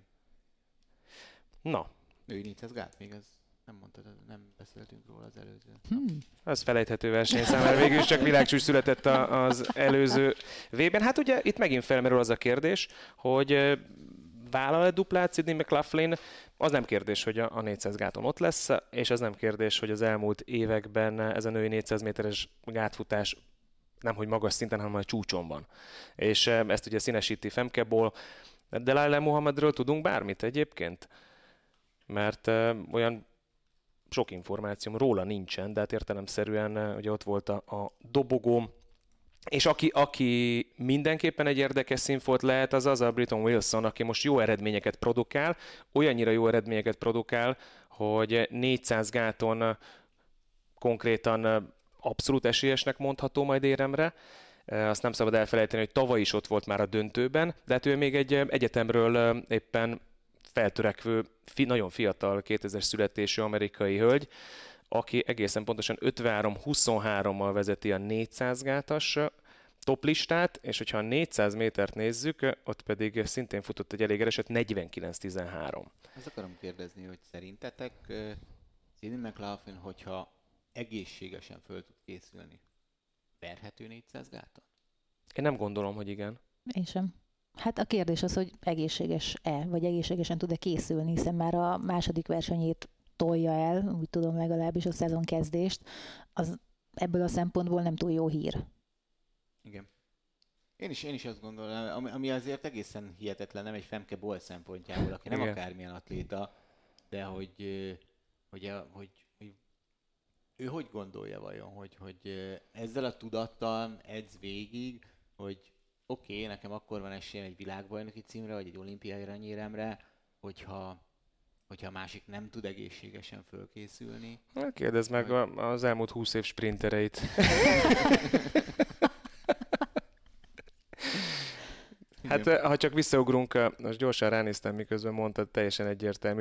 Na. Női 400 gát, még az nem mondtad, nem beszéltünk róla az előző. Az felejthető versenyszám, mert végül is csak világcsúcs született az előző V-ben. Hát ugye itt megint felmerül az a kérdés, hogy vállal-e duplát Sydney McLaughlin? Az nem kérdés, hogy a 400 gáton ott lesz, és az nem kérdés, hogy az elmúlt években ez a női 400 méteres gátfutás nemhogy magas szinten, hanem a csúcson van. És ezt ugye színesíti Femkeból. Delaila Muhammadről tudunk bármit egyébként? Mert olyan sok információm róla nincsen, de hát értelemszerűen ugye ott volt a dobogó. És aki mindenképpen egy érdekes színfolt lehet, az a Britton Wilson, aki most jó eredményeket produkál, olyannyira jó eredményeket produkál, hogy 400 gáton konkrétan abszolút esélyesnek mondható majd éremre. Azt nem szabad elfelejteni, hogy tavaly is ott volt már a döntőben, de hát ő még egy egyetemről éppen feltörekvő, nagyon fiatal 2000-es születésű amerikai hölgy, aki egészen pontosan 53-23-mal vezeti a 400 gátas toplistát, és hogyha a 400 métert nézzük, ott pedig szintén futott egy elég ereset 49-13. Azt akarom kérdezni, hogy szerintetek Sydney McLaughlin, hogyha egészségesen föl tud készülni, verhető 400 gáton? Én nem gondolom, hogy igen. Én sem. Hát a kérdés az, hogy egészséges-e, vagy egészségesen tud-e készülni, hiszen már a második versenyét tolja el, úgy tudom legalábbis a szezon kezdést, az ebből a szempontból nem túl jó hír. Igen. Én is azt gondolom, ami azért egészen hihetetlen, nem egy Femke Bol szempontjából, aki nem akármilyen atléta, de hogy ő hogy gondolja vajon, hogy ezzel a tudattal edz végig, hogy oké, nekem akkor van esélyem egy világbajnoki címre, vagy egy olimpiai aranyéremre, hogyha a másik nem tud egészségesen fölkészülni. Kérdezd meg az elmúlt 20 év sprintereit. Hát ha csak visszaugrunk, most gyorsan ránéztem, miközben mondtad, teljesen egyértelmű.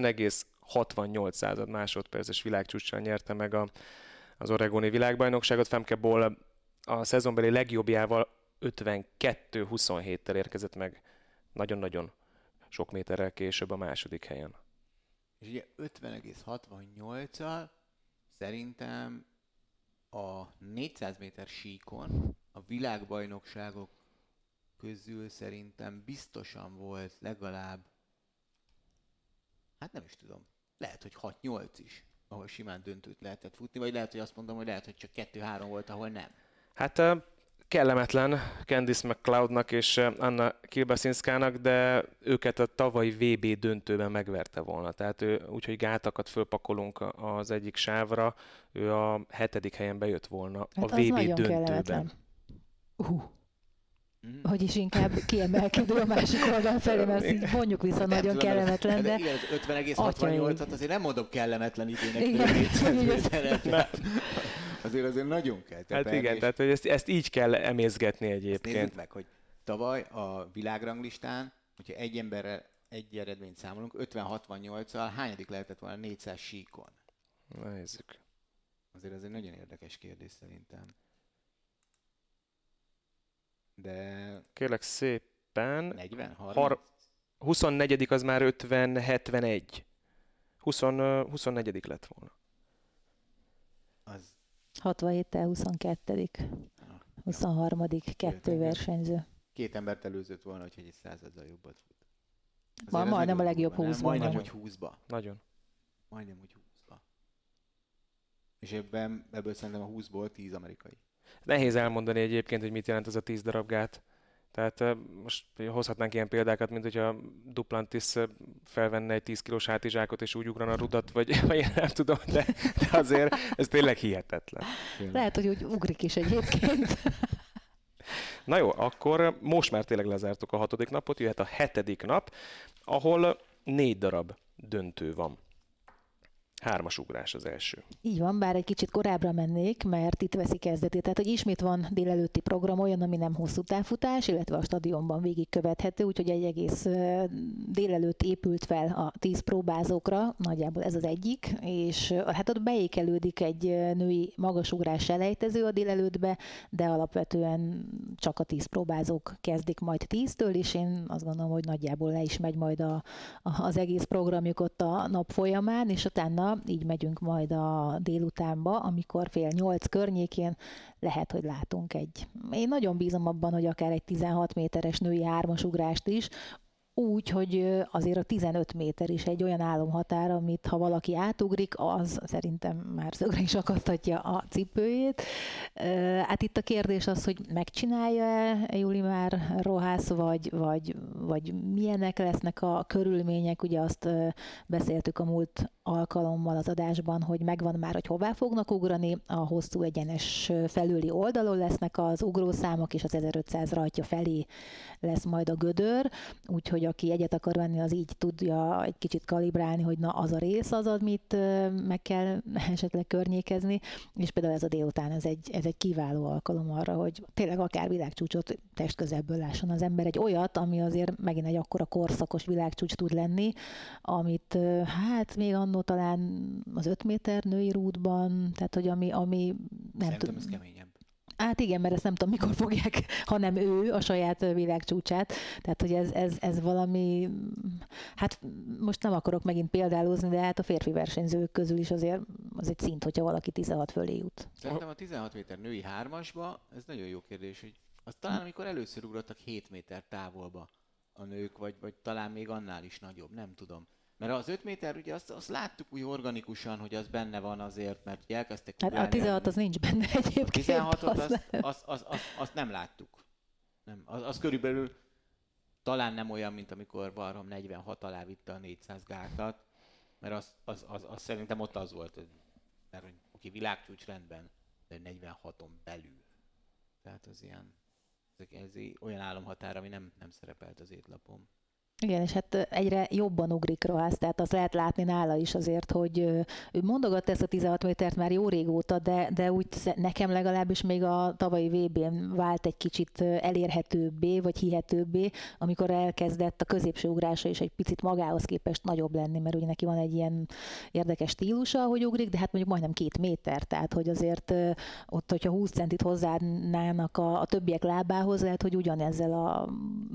50,68 másodperces világcsúccsal nyerte meg az oregoni világbajnokságot. Femke Bol a szezonbeli legjobbjával 52-27-tel érkezett meg nagyon-nagyon sok méterrel később a második helyen. És ugye 50,68-al szerintem a 400 méter síkon a világbajnokságok közül szerintem biztosan volt legalább, hát nem is tudom, lehet, hogy 6-8 is, ahol simán döntőt lehetett futni, vagy lehet, hogy azt mondom, hogy lehet, hogy csak 2-3 volt, ahol nem. Hát kellemetlen Candice McLeodnak és Anna Kilbasinszkának, de őket a tavalyi VB döntőben megverte volna. Tehát úgyhogy gátakat fölpakolunk az egyik sávra, ő a 7. helyen bejött volna hát a VB döntőben. Hogy is inkább kiemelkedő a másik oldal felé, mert így vonjuk vissza, nagyon tudom, kellemetlen, de... Igen, 50,68-at azért nem mondom kellemetlen idének. Azért nagyon kell. Hát igen, tehát hogy ezt így kell emészgetni egyébként. Nézzük meg, hogy tavaly a világranglistán, hogyha egy emberrel egy eredményt számolunk, 50-68-al hányadik lehetett volna 400 síkon? Nézzük. Azért ez egy nagyon érdekes kérdés szerintem. De... Kérlek szépen... 40? 30? 24. az már 50-71. 24. lett volna. Az... 67-tel 22. 23. 2 versenyző. 2 embert előzött volna, hogy egy 100-al jobbat fut. Majdnem a legjobb 20-ban. Majdnem, hogy 20-ba. Nagyon. Majdnem, hogy 20-ba. És ebből szerintem a 20-ból 10 amerikai. Nehéz elmondani egyébként, hogy mit jelent az a 10 darab gát. Tehát most hozhatnánk ilyen példákat, mint hogyha Duplantis felvenne egy 10 kilós hátizsákot, és úgy ugrana rudat, vagy én nem tudom, de azért ez tényleg hihetetlen. Lehet, hogy úgy ugrik is egyébként. Na jó, akkor most már tényleg lezártuk a 6. napot, jöhet a 7. nap, ahol 4 darab döntő van. 3-as ugrás az első. Így van, bár egy kicsit korábbra mennék, mert itt veszi kezdetét. Tehát, hogy ismét van délelőtti program, olyan, ami nem hosszú távfutás, illetve a stadionban végigkövethető, úgyhogy egy egész délelőtt épült fel a 10 próbázókra, nagyjából ez az egyik, és hát ott beékelődik egy női magasugrás selejtező a délelőttbe, de alapvetően csak a 10 próbázók kezdik majd 10-től, és én azt gondolom, hogy nagyjából le is megy majd az egész programjuk ott a nap folyamán, és utána így megyünk majd a délutánba, amikor 7:30 környékén lehet, hogy látunk én nagyon bízom abban, hogy akár egy 16 méteres női 3-as ugrást is, úgy, hogy azért a 15 méter is egy olyan álomhatár, amit ha valaki átugrik, az szerintem már szögre is akasztatja a cipőjét. Hát itt a kérdés az, hogy megcsinálja-e Julimár Rohász, vagy milyenek lesznek a körülmények. Ugye azt beszéltük a múlt alkalommal az adásban, hogy megvan már, hogy hová fognak ugrani. A hosszú egyenes felüli oldalon lesznek az ugrószámok, és az 1500 rajtja felé lesz majd a gödör, úgyhogy aki egyet akar venni, az így tudja egy kicsit kalibrálni, hogy na az a rész az, amit meg kell esetleg környékezni, és például ez a délután, ez egy kiváló alkalom arra, hogy tényleg akár világcsúcsot testközelből lásson az ember, egy olyat, ami azért megint egy akkora korszakos világcsúcs tud lenni, amit hát még annó talán az 5 méter női rútban, tehát hogy ami nem tudom. Ez keményebb. Hát igen, mert ezt nem tudom, mikor fogják, hanem ő a saját világcsúcsát. Tehát, hogy ez valami, hát most nem akarok megint példálozni, de hát a férfi versenyzők közül is azért az egy szint, hogyha valaki 16 fölé jut. Szerintem a 16 méter női 3-asba, ez nagyon jó kérdés, hogy az talán amikor először ugrottak 7 méter távolba a nők, vagy talán még annál is nagyobb, nem tudom. Mert az 5 méter, ugye azt láttuk úgy organikusan, hogy az benne van azért, mert ugye elkezdtek ugrálni. Hát a 16 az nincs benne egyébként. A 16-ot azt nem láttuk. Nem. Az körülbelül talán nem olyan, mint amikor Barham 46 alá vitte a 400 gátat, mert az szerintem ott az volt, mert oké, világcsúcs rendben, de 46-on belül. Tehát az ilyen, ez olyan álomhatár, ami nem szerepelt az étlapon. Igen, és hát egyre jobban ugrik Rohász, tehát azt lehet látni nála is azért, hogy ő mondogatta ezt a 16 métert már jó régóta, de úgy nekem legalábbis még a tavalyi VB-n vált egy kicsit elérhetőbbé, vagy hihetőbbé, amikor elkezdett a középső ugrása is egy picit magához képest nagyobb lenni, mert ugye neki van egy ilyen érdekes stílusa, hogy ugrik, de hát mondjuk majdnem 2 méter, tehát hogy azért ott, hogyha 20 centit hozzáadnának a többiek lábához, lehet, hogy ugyanezzel a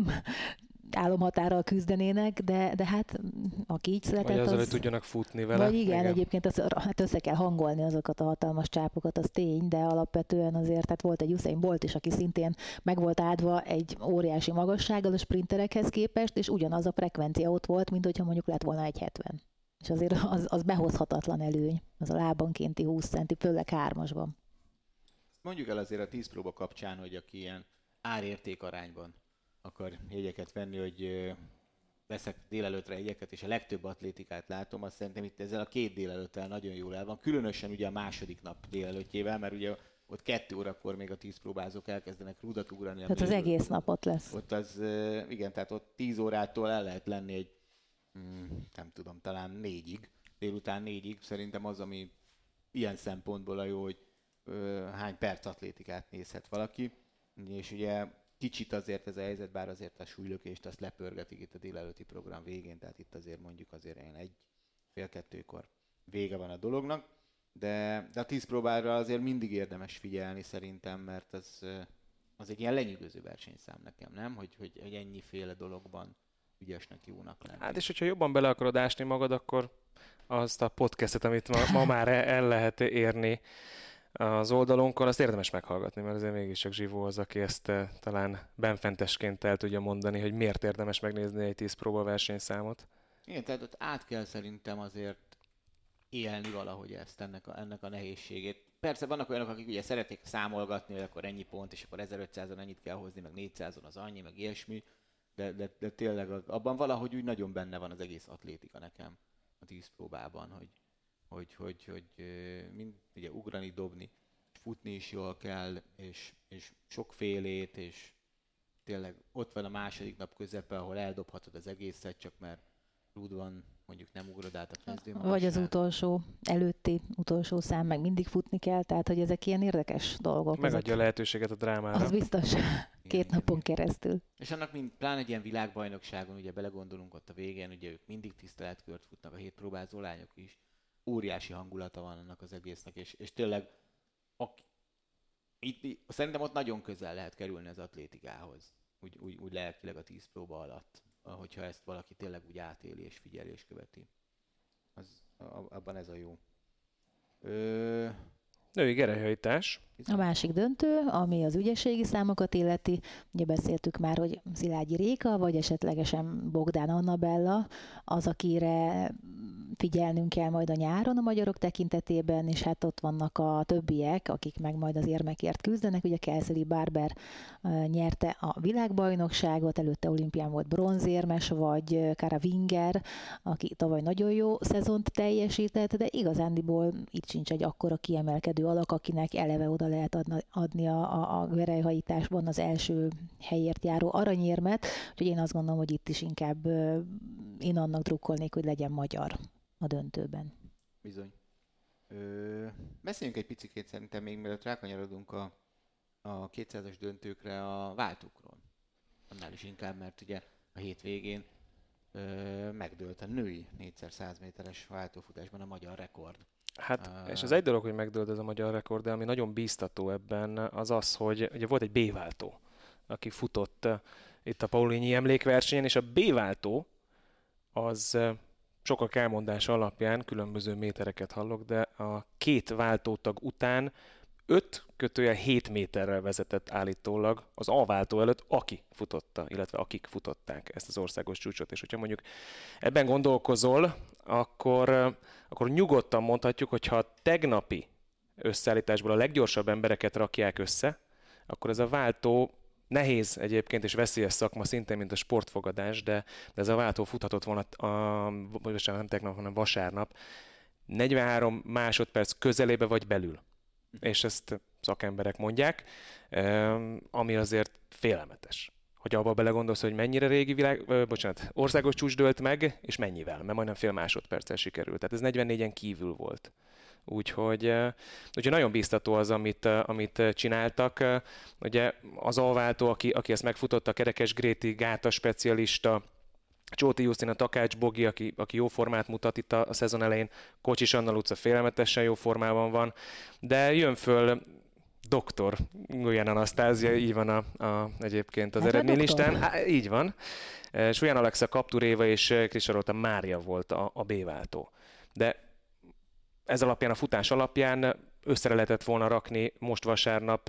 álomhatárral küzdenének, de hát aki így született, vagy azzal, hogy tudjanak futni vele. Vagy igen. Egyébként hát össze kell hangolni azokat a hatalmas csápokat, az tény, de alapvetően azért, tehát volt egy Usain Bolt is, aki szintén meg volt áldva egy óriási magassággal a sprinterekhez képest, és ugyanaz a frekvencia ott volt, mint hogyha mondjuk lett volna 1,70. És azért az behozhatatlan előny, az a lábankénti 20 centi, főleg 3-asban. Mondjuk el azért a 10 próba kapcsán, hogy aki ilyen árérték arányban akar jegyeket venni, hogy veszek délelőttre jegyeket, és a legtöbb atlétikát látom, azt szerintem itt ezzel a 2 délelőttel nagyon jól el van. Különösen ugye a második nap délelőttjével, mert ugye ott 2 órakor még a 10 próbázók elkezdenek rudat ugrani. Tehát az egész napot lesz. Ott az, igen, tehát ott 10 órától el lehet lenni egy, nem tudom, talán 4-ig, délután 4-ig. Szerintem az, ami ilyen szempontból a jó, hogy hány perc atlétikát nézhet valaki. És ugye kicsit azért ez a helyzet, bár azért a súlylökést azt lepörgetik itt a délelőtti program végén, tehát itt azért mondjuk azért ilyen 1-1:30 vége van a dolognak, de a 10 próbára azért mindig érdemes figyelni szerintem, mert az egy ilyen lenyűgöző versenyszám nekem, nem? Hogy ennyiféle dologban ügyesnek, jónak lenni. Hát és hogyha jobban bele akarod ásni magad, akkor azt a podcastet, amit ma már el lehet érni az oldalunkon, azt érdemes meghallgatni, mert azért mégiscsak Zsivó az, aki ezt talán benfentesként el tudja mondani, hogy miért érdemes megnézni egy 10 próba versenyszámot. Igen, tehát ott át kell szerintem azért élni valahogy ezt, ennek a nehézségét. persze vannak olyanok, akik ugye szeretik számolgatni, hogy akkor ennyi pont, és akkor 1500-on ennyit kell hozni, meg 400-on az annyi, meg ilyesmi, de tényleg abban valahogy úgy nagyon benne van az egész atlétika nekem a 10 próbában, hogy mind ugye ugrani, dobni, futni is jól kell, és sokfélét, és tényleg ott van a második nap közepe, ahol eldobhatod az egészet, csak mert rúd van, mondjuk nem ugrod át a kezdőmagasság. Vagy az előtti utolsó szám, meg mindig futni kell, tehát hogy ezek ilyen érdekes dolgok. Megadja a lehetőséget a drámára. Az biztos, két napon keresztül. És annak pláne egy ilyen világbajnokságon, ugye belegondolunk ott a végén, ugye ők mindig tiszteletkört futnak, a 7 próbázó lányok is. Óriási hangulata van annak az egésznek, és tényleg szerintem ott nagyon közel lehet kerülni az atlétikához, úgy lelkileg a 10 próba alatt, hogyha ezt valaki tényleg úgy átéli és figyeli és követi. Abban ez a jó. Női gerelyhajtás. A másik döntő, ami az ügyességi számokat illeti, ugye beszéltük már, hogy Szilágyi Réka, vagy esetlegesen Bogdán Annabella, az, akire figyelnünk kell majd a nyáron a magyarok tekintetében, és hát ott vannak a többiek, akik meg majd az érmekért küzdenek. Ugye Kelsey Barber nyerte a világbajnokságot, előtte olimpián volt bronzérmes, vagy Kara Winger, aki tavaly nagyon jó szezont teljesített, de igazándiból itt sincs egy akkora kiemelkedő alak, akinek eleve oda lehet adni a gerelyhajításban az első helyért járó aranyérmet, úgyhogy én azt gondolom, hogy itt is inkább én annak drukkolnék, hogy legyen magyar a döntőben. Bizony. Beszéljünk egy picikét szerintem még, mielőtt rákanyarodunk a 200-as döntőkre a váltókról. Annál is inkább, mert ugye a hétvégén megdőlt a női 4x100 méteres váltófutásban a magyar rekord. Hát, és az egy dolog, hogy megdőlt ez a magyar rekord, de ami nagyon bíztató ebben az az, hogy ugye volt egy B-váltó, aki futott itt a Paulini emlékversenyen, és a B-váltó az sokak elmondása alapján, különböző métereket hallok, de a két váltótag után 5-7 méterrel vezetett állítólag az A váltó előtt, aki futotta, illetve akik futották ezt az országos csúcsot. És hogyha mondjuk ebben gondolkozol, akkor nyugodtan mondhatjuk, hogy ha a tegnapi összeállításból a leggyorsabb embereket rakják össze, akkor ez a váltó nehéz egyébként és veszélyes szakma szintén, mint a sportfogadás, de ez a váltó futhatott volna nem tegnap, hanem vasárnap 43 másodperc közelébe vagy belül. És ezt szakemberek mondják, ami azért félelmetes. Hogy abba belegondolsz, hogy mennyire régi országos csúcs dőlt meg, és mennyivel, mert majdnem fél másodperccel sikerült. Tehát ez 44-en kívül volt. Úgyhogy nagyon bíztató az, amit csináltak. Ugye az alváltó, aki ezt megfutotta, a Kerekes Gréti gáta specialista, Csóti Jusztina, Takács Bogi, aki jó formát mutat itt a szezon elején, Kocsis Anna Luca félelmetesen jó formában van, de jön föl Dr. Gulyán Anasztázia, így van egyébként az eredménylistán. Így van. Súlyán Alexa Kapturéva és Krisarolta Mária volt a B-váltó. De ez alapján, a futás alapján össze lehetett volna rakni most vasárnap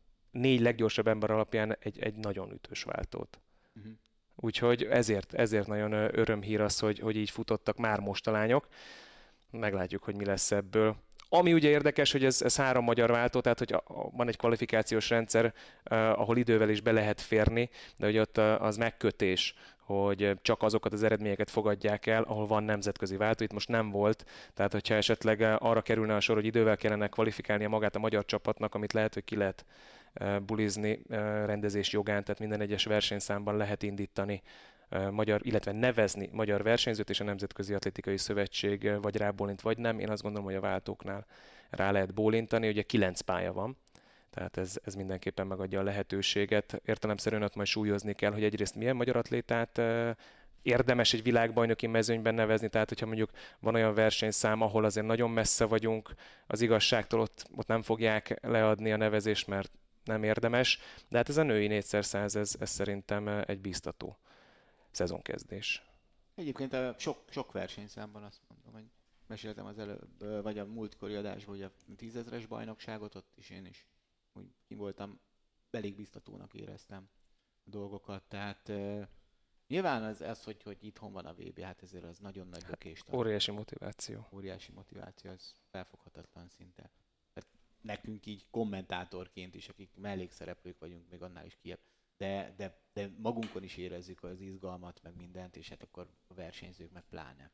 4 leggyorsabb ember alapján egy nagyon ütős váltót. Uh-huh. Úgyhogy ezért nagyon örömhír az, hogy így futottak már most a lányok. Meglátjuk, hogy mi lesz ebből. Ami ugye érdekes, hogy ez 3 magyar váltó, tehát hogy van egy kvalifikációs rendszer, ahol idővel is be lehet férni, de hogy ott az megkötés, hogy csak azokat az eredményeket fogadják el, ahol van nemzetközi váltó. Itt most nem volt, tehát hogyha esetleg arra kerülne a sor, hogy idővel kellene kvalifikálnia magát a magyar csapatnak, amit lehet, hogy ki lehet bulizni rendezés jogán, tehát minden egyes versenyszámban lehet indítani illetve nevezni magyar versenyzőt, és a Nemzetközi Atlétikai Szövetség vagy rábólint, vagy nem. Én azt gondolom, hogy a váltóknál rá lehet bólintani, ugye 9 pálya van, tehát ez mindenképpen megadja a lehetőséget. Értelemszerűen ott majd súlyozni kell, hogy egyrészt milyen magyar atlétát érdemes egy világbajnoki mezőnyben nevezni, tehát hogyha mondjuk van olyan versenyszám, ahol azért nagyon messze vagyunk az igazságtól, ott nem fogják leadni a nevezést, mert nem érdemes, de hát ez a női 4x100, ez szerintem egy bíztató szezonkezdés. Egyébként a sok versenyszámban azt mondom, hogy meséltem az előbb, vagy a múltkori adásban, hogy a 10 000-es bajnokságot, ott is én is úgy voltam, elég biztatónak éreztem a dolgokat, tehát nyilván az hogy itthon van a VB, hát ezért az nagyon nagy lökést ad. Óriási motiváció. Óriási motiváció, az felfoghatatlan szinte. Tehát nekünk így kommentátorként is, akik mellékszereplők vagyunk, még annál is kiebb, de magunkon is érezzük az izgalmat, meg mindent, és hát akkor a versenyzők meg pláne.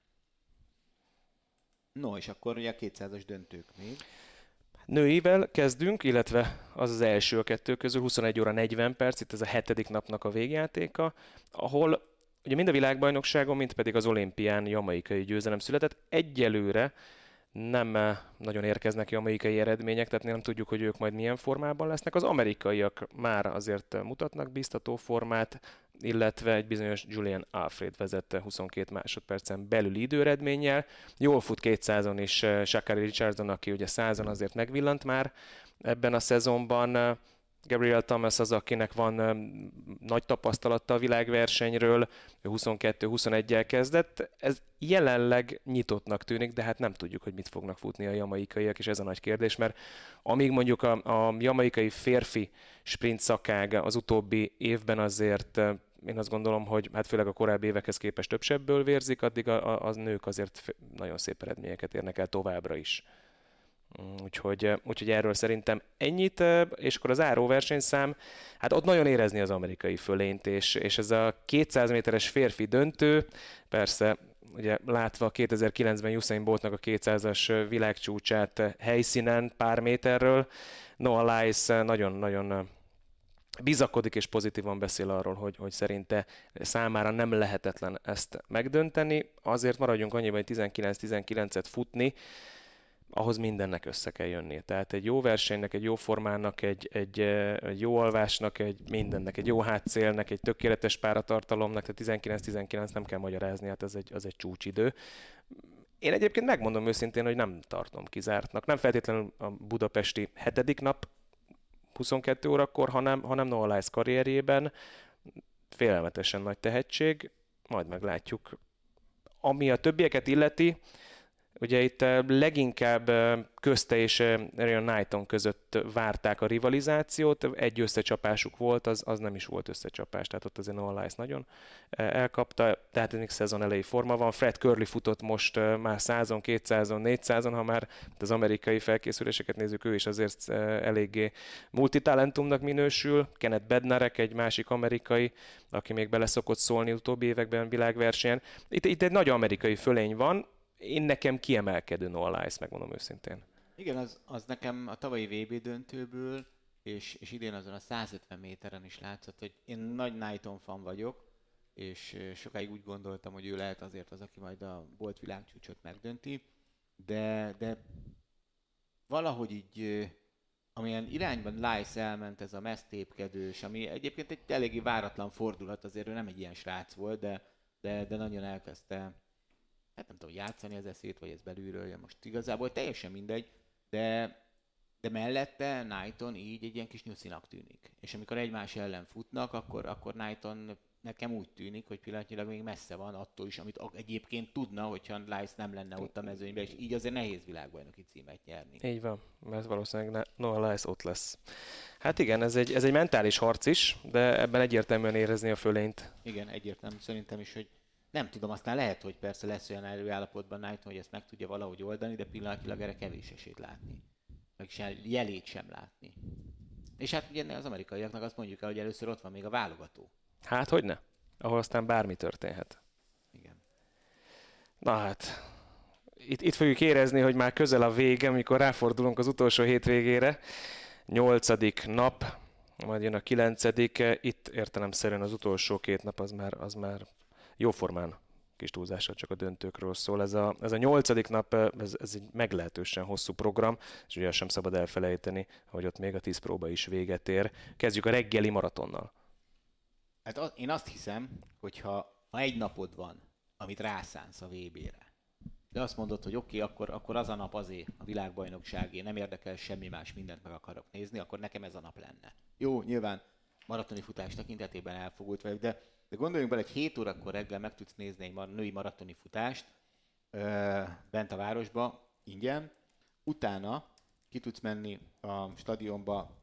No, és akkor ugye a 200-as döntők még. Nőivel kezdünk, illetve az első a kettő közül, 21 óra 40 perc, itt ez a 7. napnak a végjátéka, ahol ugye mind a világbajnokságon, mind pedig az olimpián jamaikai győzelem született. Egyelőre nem nagyon érkeznek jamaikai eredmények, tehát nem tudjuk, hogy ők majd milyen formában lesznek. Az amerikaiak már azért mutatnak biztató formát, illetve egy bizonyos Julian Alfred vezette 22 másodpercen belüli időeredménnyel. Jól fut 200-on is Sha'Carri Richardson, aki ugye 100-on azért megvillant már ebben a szezonban. Gabriel Thomas az, akinek van nagy tapasztalata a világversenyről, 22-21-el kezdett. Ez jelenleg nyitottnak tűnik, de hát nem tudjuk, hogy mit fognak futni a jamaikaiak, és ez a nagy kérdés, mert amíg mondjuk a jamaikai férfi sprint szakág az utóbbi évben azért én azt gondolom, hogy hát főleg a korábbi évekhez képest több sebből vérzik, addig a nők azért nagyon szép eredményeket érnek el továbbra is. Úgyhogy erről szerintem ennyit, és akkor az záró versenyszám, hát ott nagyon érezni az amerikai fölényt, és ez a 200 méteres férfi döntő, persze ugye látva 2009-ben Usain Boltnak a 200-as világcsúcsát helyszínen pár méterről, Noah Lyles nagyon-nagyon bizakodik és pozitívan beszél arról, hogy szerinte számára nem lehetetlen ezt megdönteni, azért maradjunk annyiban, hogy 19-19-et futni, ahhoz mindennek össze kell jönni. Tehát egy jó versenynek, egy jó formának, egy jó alvásnak, mindennek, egy jó hátszélnek, egy tökéletes páratartalomnak, tehát 19-19 nem kell magyarázni, hát az egy csúcsidő. Én egyébként megmondom őszintén, hogy nem tartom kizártnak. Nem feltétlenül a budapesti 7. nap 22 órakor, hanem Noah Lyles karrierjében félelmetesen nagy tehetség, majd meglátjuk. Ami a többieket illeti, ugye itt leginkább közte és Aaron Knighton között várták a rivalizációt, egy összecsapásuk volt, az nem is volt összecsapás, tehát ott azért Noah Lyles nagyon elkapta, tehát még szezon elejé forma van. Fred Kerley futott most már 100-on, 200-on, 400-on, ha már az amerikai felkészüléseket nézzük, ő is azért eléggé multitalentumnak minősül. Kenneth Bednarek, egy másik amerikai, aki még bele szokott szólni utóbbi években világversenyen. Itt egy nagy amerikai fölény van. Én nekem kiemelkedő Noah Lyles, megmondom őszintén. Igen, az nekem a tavalyi VB döntőből, és idén azon a 150 méteren is látszott, hogy én nagy Knighton fan vagyok, és sokáig úgy gondoltam, hogy ő lehet azért az, aki majd a Bolt világcsúcsot megdönti, de valahogy így, amilyen irányban Lyles elment, ez a messztépkedős, ami egyébként egy eléggé váratlan fordulat, azért ő nem egy ilyen srác volt, de nagyon elkezdte, hát nem tudom, játszani az eszét, vagy ez belülről, most igazából teljesen mindegy, de mellette Knighton így egy ilyen kis nyuszinak tűnik. És amikor egymás ellen futnak, akkor Knighton nekem úgy tűnik, hogy pillanatnyilag még messze van attól is, amit egyébként tudna, hogyha Lyles nem lenne ott a mezőnyben, és így azért nehéz világbajnoki címet nyerni. Így van, mert valószínűleg Noah Lyles ott lesz. Hát igen, ez egy mentális harc is, de ebben egyértelműen érezni a fölényt. Igen, egyértelmű. Szerintem is, hogy nem tudom, aztán lehet, hogy persze lesz olyan előállapotban Knighton, hogy ezt meg tudja valahogy oldani, de pillanatilag erre kevés esélyt látni. Meg jelét sem látni. És hát ugye az amerikaiaknak azt mondjuk el, hogy először ott van még a válogató. Hát, hogyne? Ahol aztán bármi történhet. Igen. Na hát, itt fogjuk érezni, hogy már közel a vége, amikor ráfordulunk az utolsó hétvégére. 8. nap, majd jön a 9. Itt értelemszerűen az utolsó 2 nap az már jóformán kis túlzással csak a döntőkről szól. Ez a 8. nap, ez egy meglehetősen hosszú program, és ugye sem szabad elfelejteni, hogy ott még a 10 próba is véget ér. Kezdjük a reggeli maratonnal. Hát én azt hiszem, hogy ha egy napod van, amit rászánsz a VB-re, de azt mondod, hogy oké, akkor az a nap azért a világbajnokságé, nem érdekel semmi más, mindent meg akarok nézni, akkor nekem ez a nap lenne. Jó, nyilván maratoni futás tekintetében elfogult vagyok, de gondoljunk bele, hogy 7 órakor reggel meg tudsz nézni egy női maratoni futást bent a városba, ingyen, utána ki tudsz menni a stadionba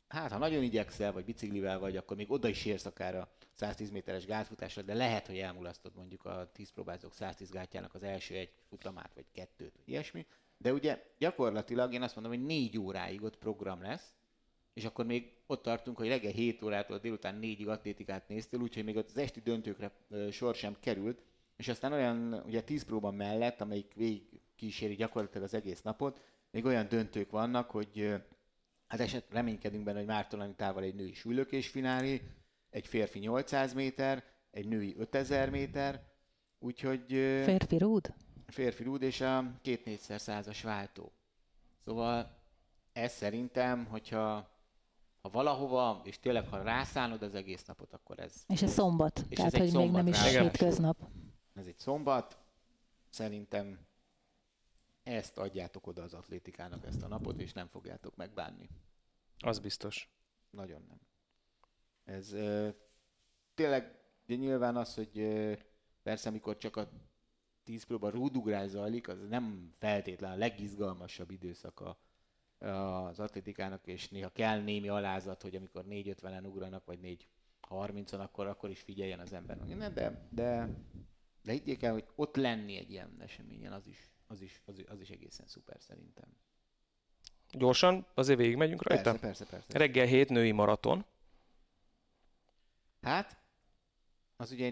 hát ha nagyon igyekszel, vagy biciklivel vagy, akkor még oda is érsz akár a 110 méteres gátfutásra, de lehet, hogy elmulasztod mondjuk a 10 próbázók 110 gátjának az első egy futamát, vagy kettőt, vagy ilyesmi. De ugye gyakorlatilag én azt mondom, hogy 4 óráig ott program lesz, és akkor még ott tartunk, hogy reggel 7 órától délután 4-ig atlétikát néztél, úgyhogy még ott az esti döntőkre sor sem került, és aztán olyan, ugye 10 próba mellett, amelyik végig kíséri gyakorlatilag az egész napot, még olyan döntők vannak, hogy hát reménykedünk benne, hogy Márton Anitával egy női súlylökés finálé, egy férfi 800 méter, egy női 5000 méter, úgyhogy... Férfi rúd? Férfi rúd és a 2-4x100-as váltó. Szóval ez szerintem, hogyha valahova, és tényleg ha rászánod az egész napot, akkor ez... És ez szombat, és tehát ez hogy még nem is hétköznap. Ez egy szombat, szerintem ezt adjátok oda az atlétikának ezt a napot, és nem fogjátok megbánni. Az biztos. Nagyon nem. Ez tényleg, de nyilván az, hogy persze amikor csak a 10 próba rúdugrás zajlik, az nem feltétlenül a legizgalmasabb időszaka az atlétikának, és néha kell némi alázat, hogy amikor 4.50-en ugranak, vagy 4.30-on, akkor is figyeljen az ember. De higgyék el, hogy ott lenni egy ilyen eseményen, az is egészen szuper szerintem. Gyorsan, azért végigmegyünk rajta? Persze. Reggel 7 női maraton. Hát, az ugye egy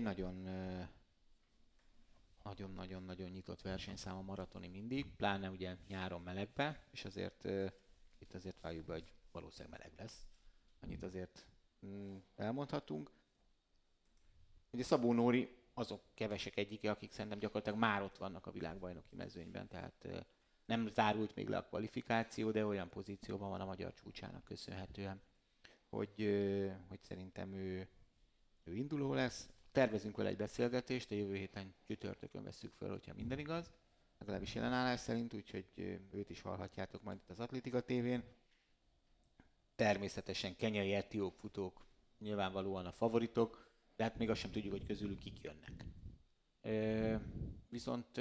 nagyon-nagyon nyitott versenyszám a maratoni mindig, pláne ugye nyáron melegbe, és azért itt azért várjuk be, hogy valószínűleg meleg lesz. Annyit azért elmondhatunk. Ugye Szabó Nóri azok kevesek egyike, akik szerintem gyakorlatilag már ott vannak a világbajnoki mezőnyben, tehát nem zárult még le a kvalifikáció, de olyan pozícióban van a magyar csúcsának köszönhetően, hogy szerintem ő induló lesz. Tervezünk vele egy beszélgetést, a jövő héten csütörtökön vesszük fel, hogyha minden igaz, legalábbis jelenállás szerint, úgyhogy őt is hallhatjátok majd itt az Atlétika TV-n. Természetesen kenyai etióp futók nyilvánvalóan a favoritok, de hát még azt sem tudjuk, hogy közülük kik jönnek. Viszont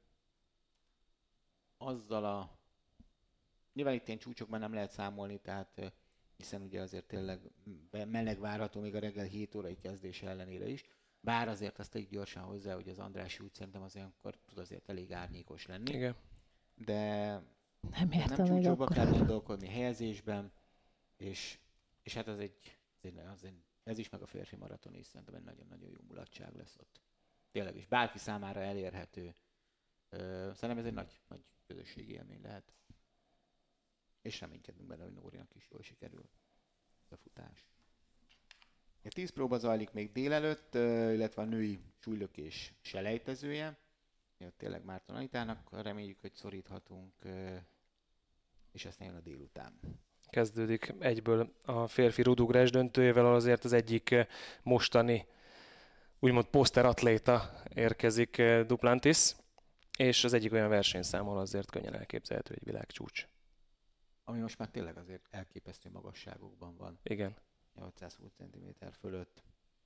azzal nyilván itt ilyen csúcsokban nem lehet számolni, tehát hiszen ugye azért tényleg meleg várható még a reggel 7 órai kezdése ellenére is. Bár azért azt tegyük gyorsan hozzá, hogy az Andrássy út szerintem akkor tud azért elég árnyékos lenni. Igen. De nem csúcsokba kell gondolkodni helyezésben, és hát ez is meg a férfi maraton is szerintem egy nagyon-nagyon jó mulatság lesz ott. Tényleg, és bárki számára elérhető. Szerintem ez egy nagy közösségi élmény lehet. És reménykedünk benne, hogy Nórinak is jól sikerül a futás. A 10 próba zajlik még délelőtt, illetve a női súlylökés selejtezője. Tényleg Márton Anitának reméljük, hogy szoríthatunk, és aztán jön a délután. Kezdődik egyből a férfi rúdugrás döntőjével, azért az egyik mostani úgymond poszteratléta érkezik, Duplantis, és az egyik olyan versenyszámmal azért könnyen elképzelhető egy világcsúcs. Ami most már tényleg azért elképesztő magasságokban van. Igen. 820 cm fölött.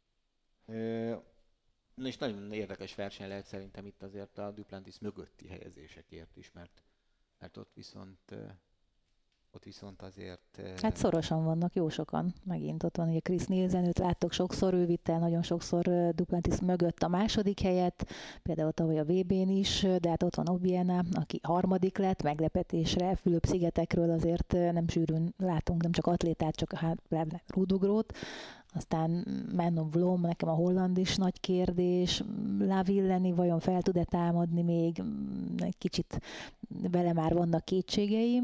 És nagyon érdekes verseny lehet szerintem itt azért a Duplantis mögötti helyezésekért is, mert ott viszont azért... Hát szorosan vannak, jó sokan. Megint ott van ugye Chris Nielsen, őt láttok sokszor, ő vitte nagyon sokszor Duplantis mögött a második helyet, például tavaly a VB-n is, de hát ott van Obiena, aki harmadik lett, meglepetésre, Fülöp-szigetekről azért nem sűrűn látunk, nem csak atlétát, csak pláne rúdugrót. Aztán Manon Vlom, nekem a holland is nagy kérdés, Lavilleni vajon fel tud-e támadni még, egy kicsit vele már vannak kétségeim.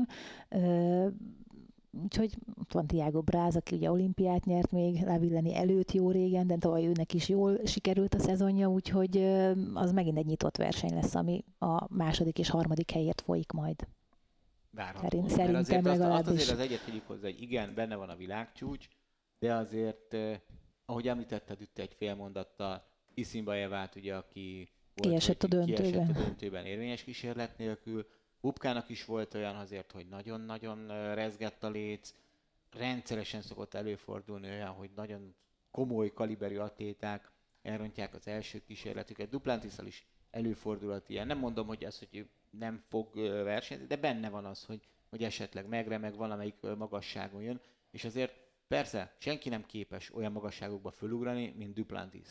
Úgyhogy ott van Thiago Braz, aki ugye olimpiát nyert még Lavilleni előtt jó régen, de tavaly őnek is jól sikerült a szezonja, úgyhogy az megint egy nyitott verseny lesz, ami a második és harmadik helyért folyik majd. Várható. Szerintem legalábbis. Azért az egyet tegyük hozzá, hogy igen, benne van a világcsúcs, de azért, ahogy említetted itt egy fél mondattal, Iszimbaevát, ugye, aki kiesett a döntőben érvényes kísérlet nélkül. Bubkának is volt olyan azért, hogy nagyon-nagyon rezgett a léc. Rendszeresen szokott előfordulni olyan, hogy nagyon komoly kaliberű atléták elrontják az első kísérletüket. Duplantisszal is előfordulhat ilyen. Nem mondom, hogy az, hogy ő nem fog versenyezni, de benne van az, hogy esetleg megremeg, valamelyik magasságon jön, És azért persze senki nem képes olyan magasságokba fölugrani, mint Duplantis.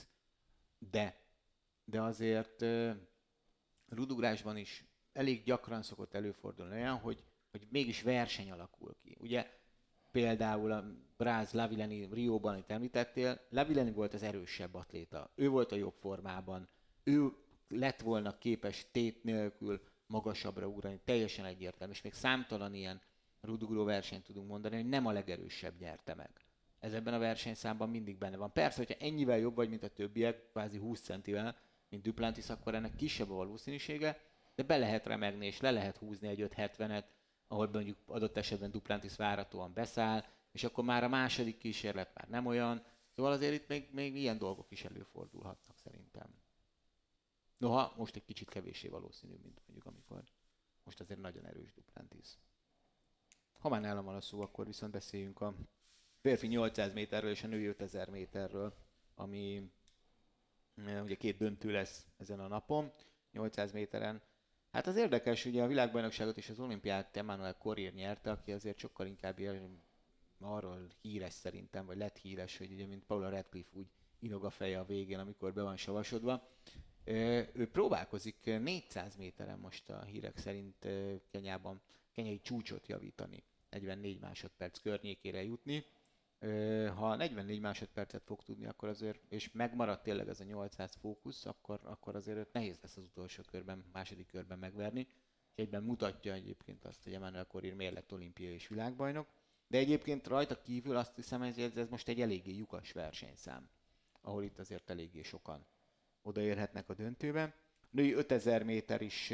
De azért rúdugrásban is elég gyakran szokott előfordulni olyan, hogy mégis verseny alakul ki. Ugye például a Braz Lavillenie Rióban, amit említettél, Lavillenie volt az erősebb atléta. Ő volt a jobb formában, ő lett volna képes tét nélkül magasabbra ugrani, teljesen egyértelmű, és még számtalan ilyen rúdugró versenyt tudunk mondani, hogy nem a legerősebb nyerte meg. Ez ebben a versenyszámban mindig benne van. Persze, hogyha ennyivel jobb vagy, mint a többiek, kvázi 20 centivel, mint Duplantis, akkor ennek kisebb a valószínűsége, de be lehet remegni, és le lehet húzni egy 5.70-et, ahol mondjuk adott esetben Duplantis várhatóan beszáll, és akkor már a második kísérlet már nem olyan. Szóval azért itt még ilyen dolgok is előfordulhatnak szerintem. Noha most egy kicsit kevéssé valószínű, mint mondjuk amikor most azért nagyon erős Duplantis. Ha már nálam van a szó, akkor viszont beszéljünk a férfi 800 méterről és a női 5000 méterről, ami ugye 2 döntő lesz ezen a napon, 800 méteren. Hát az érdekes, ugye a világbajnokságot és az olimpiát Emmanuel Korir nyerte, aki azért sokkal inkább arról híres szerintem, vagy lett híres, hogy ugye mint Paula Radcliffe úgy inog a feje a végén, amikor be van savasodva. Ő próbálkozik 400 méteren most a hírek szerint Kenyában, kenyai csúcsot javítani, 44 másodperc környékére jutni. Ha 44 másodpercet fog tudni, akkor azért, és megmaradt tényleg ez a 800 fókusz, akkor azért nehéz lesz az utolsó körben, második körben megverni. És egyben mutatja egyébként azt, hogy Emmanuel Korir miért lett olimpiai és világbajnok. De egyébként rajta kívül azt hiszem, hogy ez most egy eléggé lyukas versenyszám, ahol itt azért eléggé sokan odaérhetnek a döntőbe. Női 5000 méter is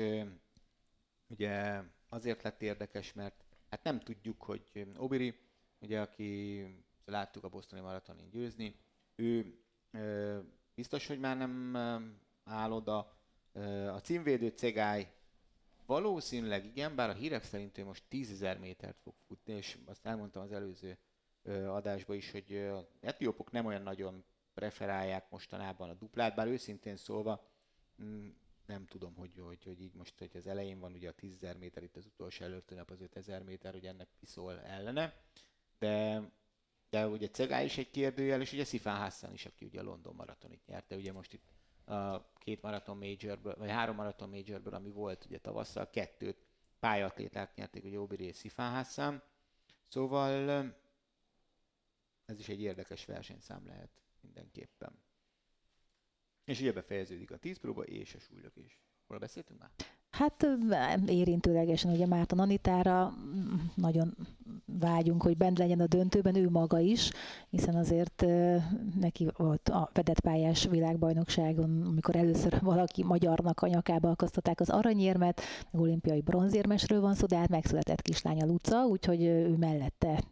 ugye azért lett érdekes, mert hát nem tudjuk, hogy Obiri, ugye aki láttuk a bostoni maratonin győzni, ő biztos, hogy már nem áll oda. A címvédő Cegály valószínűleg igen, bár a hírek szerint ő most 10.000 métert fog futni, és azt elmondtam az előző adásban is, hogy az etiópok nem olyan nagyon preferálják mostanában a duplát, bár őszintén szólva nem tudom, hogy így most, hogy az elején van ugye a 10.000 méter, itt az utolsó előtti nap az 5.000 méter, hogy ennek kiszól ellene, de ugye Cegály is egy kérdőjel, és ugye Sifan Hassan is, aki ugye a London maratonit nyerte, ugye most itt a 2 maraton majorből, vagy 3 maraton majorből, ami volt ugye tavasszal, 2 pályaatléták nyerték, ugye Obiri és Sifan Hassan, szóval ez is egy érdekes versenyszám lehet mindenképpen. És ugye befejeződik a 10 próba és a súlylökés. Hol beszéltünk már? Hát érintőlegesen ugye Márton Anitára nagyon vágyunk, hogy bent legyen a döntőben, ő maga is, hiszen azért neki volt a vedett pályás világbajnokságon, amikor először valaki magyarnak a nyakába akasztották az aranyérmet, olimpiai bronzérmesről van szó, de hát megszületett kislánya Luca, úgyhogy ő mellette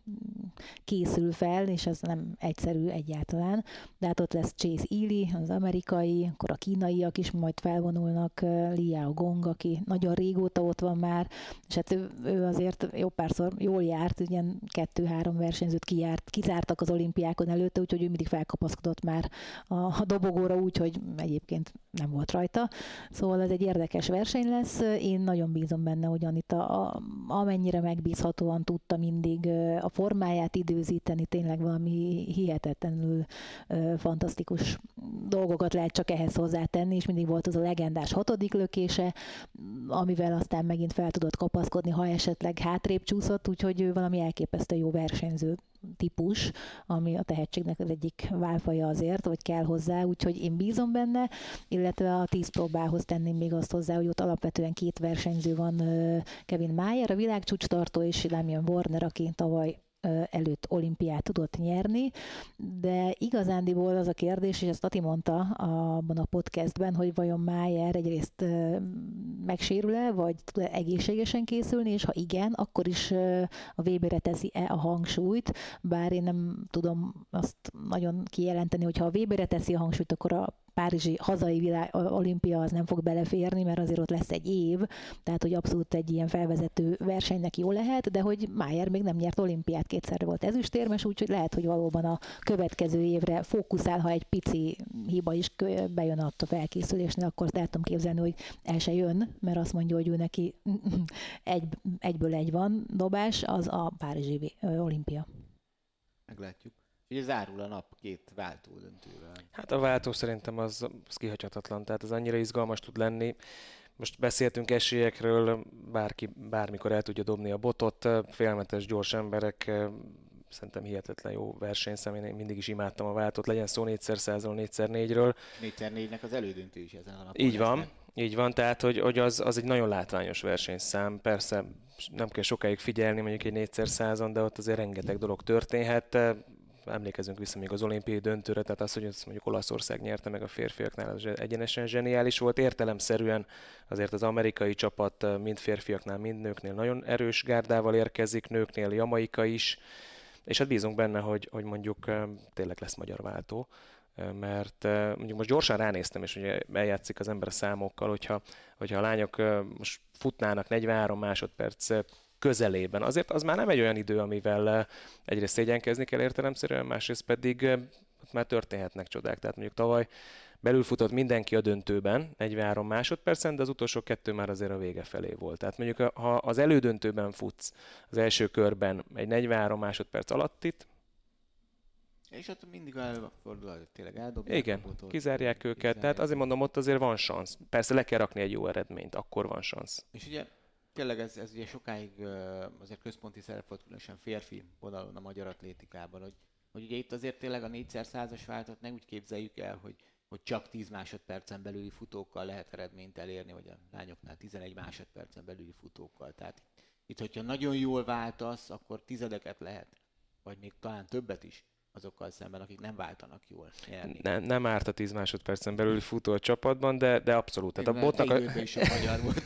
készül fel, és ez nem egyszerű egyáltalán. De hát ott lesz Chase Ely, az amerikai, akkor a kínaiak is majd felvonulnak, Liao Gong, aki nagyon régóta ott van már, és hát ő azért jó párszor jól járt, ugye 2-3 versenyzőt kizártak az olimpiákon előtte, úgyhogy ő mindig felkapaszkodott már a dobogóra úgy, hogy egyébként nem volt rajta. Szóval ez egy érdekes verseny lesz. Én nagyon bízom benne, hogy Anita amennyire megbízhatóan tudta mindig a formáját időzíteni, tényleg valami hihetetlenül fantasztikus dolgokat lehet csak ehhez hozzátenni, és mindig volt az a legendás 6. lökése, amivel aztán megint fel tudott kapaszkodni, ha esetleg hátrébb csúszott, úgyhogy ő valami elképesztő jó versenyző típus, ami a tehetségnek az egyik válfaja azért, vagy kell hozzá, úgyhogy én bízom benne, illetve a 10 próbához tenném még azt hozzá, hogy ott alapvetően 2 versenyző van, Kevin Mayer, a világcsúcstartó, és Damian Warner, aki tavaly előtt olimpiát tudott nyerni, de igazándiból az a kérdés, és ezt Ati mondta abban a podcastben, hogy vajon Mayer egyrészt megsérül-e, vagy tud egészségesen készülni, és ha igen, akkor is a VB-re teszi-e a hangsúlyt, bár én nem tudom azt nagyon kijelenteni, hogy ha a VB-re teszi a hangsúlyt, akkor a párizsi hazai olimpia az nem fog beleférni, mert azért ott lesz egy év, tehát hogy abszolút egy ilyen felvezető versenynek jó lehet, de hogy Mayer még nem nyert olimpiát, 2-szer volt ezüstérmes, úgyhogy lehet, hogy valóban a következő évre fókuszál, ha egy pici hiba is bejön a felkészülésnél, akkor azt el tudom képzelni, hogy el se jön, mert azt mondja, hogy ő neki egyből egy van dobás, az a párizsi olimpia. Meglátjuk. Ugye zárul a nap 2 váltó döntővel. Hát a váltó szerintem az kihagyhatatlan, tehát az annyira izgalmas tud lenni. Most beszéltünk esélyekről, bárki bármikor el tudja dobni a botot, félelmetes gyors emberek, szerintem hihetetlen jó versenyszám, én mindig is imádtam a váltót, legyen szó 4x100-ról, 4x4-ről. 4x4-nek az elődöntő is ezen a napon. Így van, tehát hogy az egy nagyon látványos versenyszám, persze nem kell sokáig figyelni mondjuk egy 4x100-on, de ott azért rengeteg dolog történhet. Emlékezünk vissza még az olimpiai döntőre, tehát az, hogy ezt mondjuk Olaszország nyerte meg a férfiaknál, az egyenesen zseniális volt. Értelemszerűen azért az amerikai csapat mind férfiaknál, mind nőknél nagyon erős gárdával érkezik, nőknél Jamaika is, és hát bízunk benne, hogy mondjuk tényleg lesz magyar váltó, mert mondjuk most gyorsan ránéztem, és ugye eljátszik az ember a számokkal, hogyha a lányok most futnának 43 másodperc közelében. Azért az már nem egy olyan idő, amivel egyrészt szégyenkezni kell értelemszerűen, másrészt pedig már történhetnek csodák. Tehát mondjuk tavaly belülfutott mindenki a döntőben 43 másodpercen, de az utolsó 2 már azért a vége felé volt. Tehát mondjuk ha az elődöntőben futsz az első körben egy 43 másodperc alattit, és ott mindig előfordul, hogy tényleg eldobják. Igen, kizárják őket, tehát azért mondom, ott azért van szansz. Persze le kell rakni egy jó eredményt, akkor van szansz. És ugye tényleg ez ugye sokáig azért központi szerep volt, különösen férfi vonalon a magyar atlétikában, hogy ugye itt azért tényleg a 4x100-as váltót nem úgy képzeljük el, hogy csak 10 másodpercen belüli futókkal lehet eredményt elérni, vagy a lányoknál 11 másodpercen belüli futókkal. Tehát itt, hogyha nagyon jól váltasz, akkor tizedeket lehet, vagy még talán többet is azokkal szemben, akik nem váltanak jól nyerni. Nem árt a 10 másodpercen belüli futó a csapatban, de abszolút. Tehát a botnak is a magyar volt.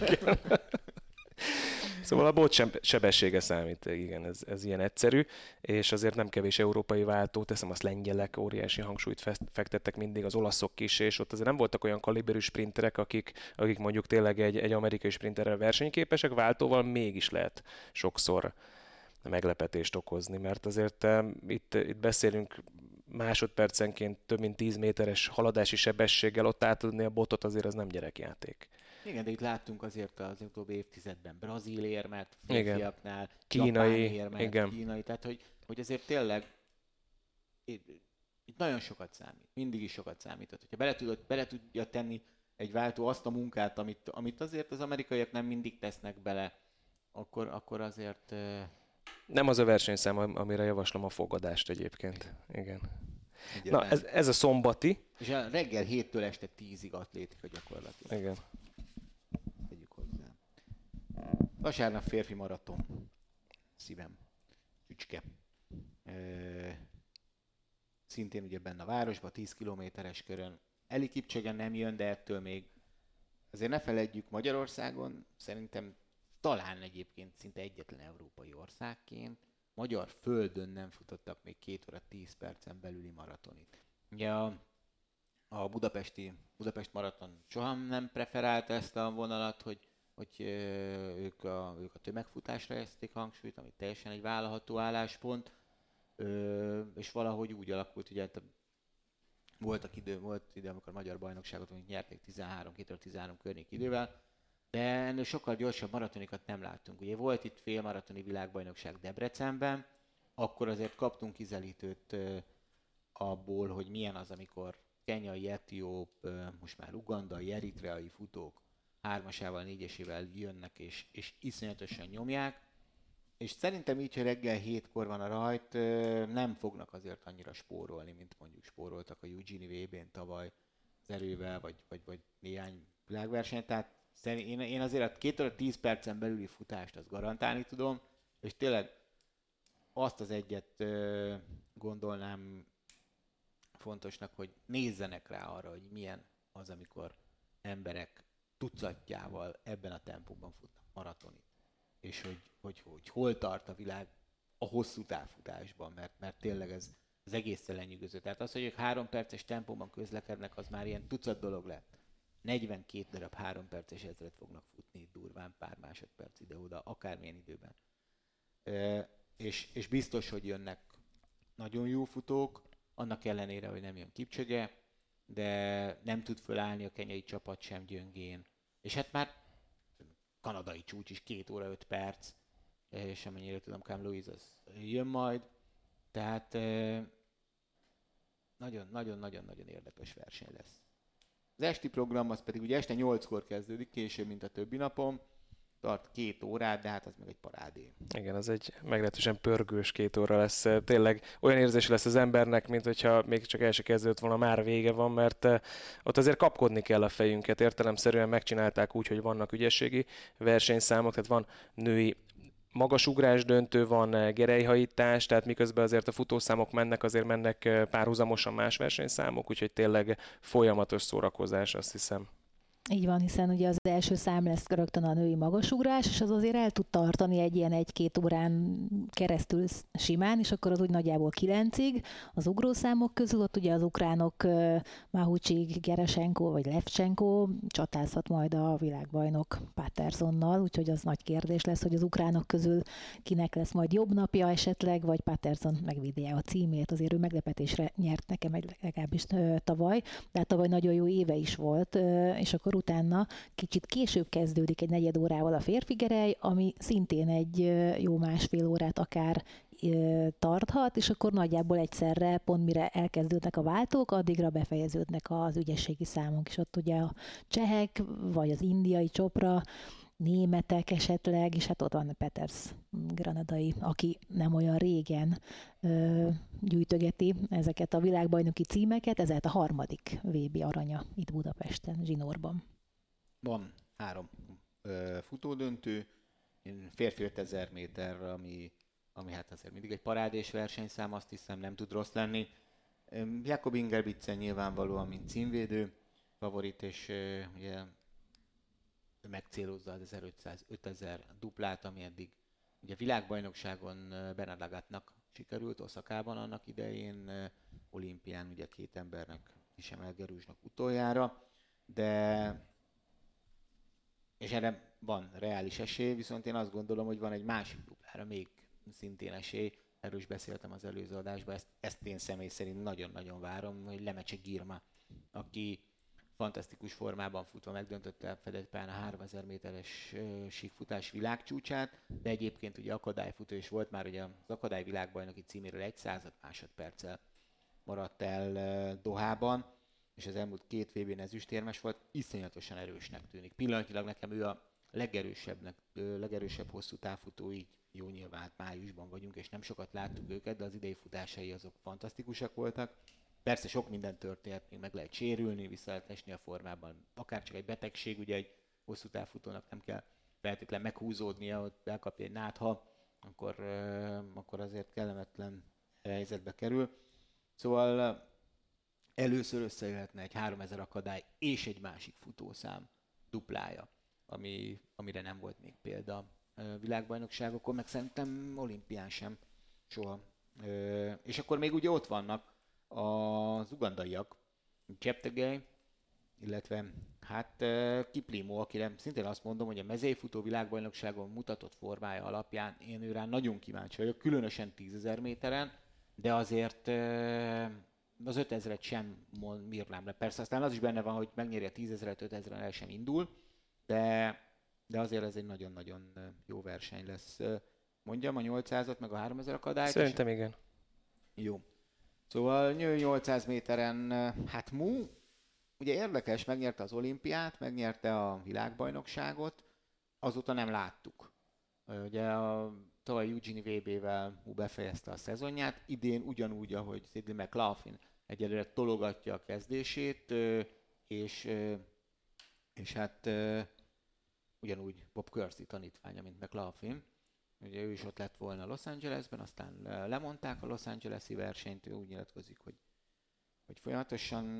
Szóval a bot sebessége számít, igen, ez ilyen egyszerű, és azért nem kevés európai váltó, teszem azt lengyelek, óriási hangsúlyt fektettek mindig, az olaszok is, és ott azért nem voltak olyan kaliberű sprinterek, akik mondjuk tényleg egy amerikai sprinterrel versenyképesek, váltóval mégis lehet sokszor meglepetést okozni, mert azért itt beszélünk másodpercenként több mint 10 méteres haladási sebességgel, ott átadni a botot azért az nem gyerekjáték. Igen, de itt láttunk azért az utóbbi évtizedben brazil érmet, férfiaknál, kínai érmet, igen. Kínai, tehát hogy azért tényleg itt nagyon sokat számít, mindig is sokat számított. Hogyha bele tudja tenni egy váltó azt a munkát, amit azért az amerikaiak nem mindig tesznek bele, akkor azért... Nem az a versenyszám, amire javaslom a fogadást egyébként. Igen. Na, ez a szombati. És a reggel 7-től este 10-ig atlétika gyakorlatilag. Igen. Tegyük hozzá. Vasárnap férfi maraton. Szívem. Csücske. Szintén ugye benne a városban, 10 kilométeres körön. Eli Kipchoge nem jön, de ettől még azért ne feledjük, Magyarországon szerintem talán egyébként szinte egyetlen európai országként magyar földön nem futottak még 2 óra 10 percen belüli maratonit. Ugye a Budapest maraton soha nem preferálta ezt a vonalat, hogy ők a tömegfutásra helyezték hangsúlyt, ami teljesen egy vállalható álláspont, és valahogy úgy alakult, ugye volt idő, amikor a magyar bajnokságot nyerték 2013 környék idővel, de ennél sokkal gyorsabb maratonikat nem láttunk. Ugye volt itt félmaratoni világbajnokság Debrecenben, akkor azért kaptunk ízelítőt abból, hogy milyen az, amikor kenyai, etióp, most már ugandai, eritreai futók 3-asával, 4-esével jönnek és iszonyatosan nyomják. És szerintem így, hogy reggel 7-kor van a rajt, nem fognak azért annyira spórolni, mint mondjuk spóroltak a Eugene VB-n tavaly az erővel, vagy néhány világversenyt. Tehát én azért a 2 óra 10 percen belüli futást azt garantálni tudom, és tényleg azt az egyet gondolnám fontosnak, hogy nézzenek rá arra, hogy milyen az, amikor emberek tucatjával ebben a tempóban futnak maratonit. És hogy hol tart a világ a hosszú távfutásban, mert tényleg ez az egészen lenyűgöző. Tehát az, hogy ők 3 perces tempóban közlekednek, az már ilyen tucat dolog lett. 42 darab 3 perces ezret fognak futni durván pár másodperc ide-oda, akármilyen időben. És biztos, hogy jönnek nagyon jó futók, annak ellenére, hogy nem jön Kipchoge, de nem tud fölállni a kenyai csapat sem gyöngén. És hát már kanadai csúcs is 2 óra 5 perc, és amennyire tudom, Cam Lewis az jön majd. Tehát nagyon-nagyon-nagyon érdekes verseny lesz. Az esti program az pedig ugye este 8-kor kezdődik, később, mint a többi napon. Tart 2 órát, de hát az meg egy parádé. Igen, az egy meglehetősen pörgős 2 óra lesz. Tényleg olyan érzés lesz az embernek, mint hogyha még csak el se kezdődött volna, már vége van, mert ott azért kapkodni kell a fejünket. Értelemszerűen megcsinálták úgy, hogy vannak ügyességi versenyszámok, tehát van női magasugrás döntő, van gerelyhajítás, tehát miközben azért a futószámok mennek, azért mennek párhuzamosan más versenyszámok, úgyhogy tényleg folyamatos szórakozás, azt hiszem. Így van, hiszen ugye az első szám lesz rögtön a női magasugrás, és az azért el tud tartani egy ilyen 1-2 órán keresztül simán, és akkor az úgy nagyjából 9-ig. Az ugrószámok közül ott ugye az ukránok Mahucsik, Geresenko vagy Levcsenko csatázhat majd a világbajnok Patersonnal, úgyhogy az nagy kérdés lesz, hogy az ukránok közül kinek lesz majd jobb napja esetleg, vagy Paterson megvédi a címét. Azért ő meglepetésre nyert nekem legalábbis tavaly, de hát tavaly nagyon jó éve is volt, és akkor utána kicsit később kezdődik egy 4 órával a férfi gerej, ami szintén egy jó 1,5 órát akár tarthat, és akkor nagyjából egyszerre, pont mire elkezdődnek a váltók, addigra befejeződnek az ügyességi számok, és ott ugye a csehek, vagy az indiai csopra, németek esetleg, és hát ott van Peters granadai, aki nem olyan régen gyűjtögeti ezeket a világbajnoki címeket, ez a 3. VB aranya itt Budapesten, zsinórban. Van 3 futódöntő, férfi 5000 méter, ami hát azért mindig egy parádés versenyszám, azt hiszem nem tud rossz lenni. Jakob Ingebrigtsen nyilvánvalóan, mint címvédő favorit, és ugye megcélozza az 1500-5000 duplát, ami eddig ugye világbajnokságon Bernard Lagatnak sikerült Oszakában annak idején, olimpián ugye 2 embernek, Ismael Gerúzsnak utoljára, de és erre van reális esély, viszont én azt gondolom, hogy van egy másik duplára még szintén esély, erről is beszéltem az előző adásban, ezt én személy szerint nagyon-nagyon várom, hogy Lemecse Girma, aki fantasztikus formában futva megdöntötte fedett pályán a 3000 méteres síkfutás világcsúcsát, de egyébként ugye akadályfutó is volt, már ugye az akadály világbajnoki címéről 1 század másodperccel maradt el Dohában, és az elmúlt 2 VB-n ezüstérmes volt, iszonyatosan erősnek tűnik. Pillanatilag nekem ő a legerősebb hosszú távfutó, így jó nyilván hát májusban vagyunk, és nem sokat láttuk őket, de az idei futásai azok fantasztikusak voltak. Persze sok minden történt, még meg lehet sérülni, vissza lehet esni a formában. Akár csak egy betegség, ugye egy hosszú távfutónak nem kell feltétlenül meghúzódnia, hogy elkapja egy nátha, akkor azért kellemetlen helyzetbe kerül. Szóval először összejöhetne egy 3000 akadály és egy másik futószám duplája, amire nem volt még példa világbajnokságokon, meg szerintem olimpián sem soha. És akkor még ugye ott vannak az ugandaiak, Cheptegei, illetve hát Kiplimo, akire szintén azt mondom, hogy a mezőnyfutó világbajnokságon mutatott formája alapján én őrá nagyon kíváncsi vagyok, különösen 10.000 méteren, de azért az 5000-et sem mírnám le. Persze aztán az is benne van, hogy megnyeri a 10.000-et, 5000-en el sem indul, de azért ez egy nagyon-nagyon jó verseny lesz. Mondjam a 800-at, meg a 3000 akadályt? Szerintem igen. Jó. Szóval 800 méteren, hát ugye érdekes, megnyerte az olimpiát, megnyerte a világbajnokságot, azóta nem láttuk. Ugye tavaly Eugene VB-vel befejezte a szezonját, idén ugyanúgy, ahogy Sidney McLaughlin egyelőre tologatja a kezdését, és hát ugyanúgy Bob Kersey tanítványa, mint McLaughlin. Ugye ő is ott lett volna Los Angelesben, aztán lemondták a Los Angeles-i versenyt, ő úgy nyilatkozik, hogy folyamatosan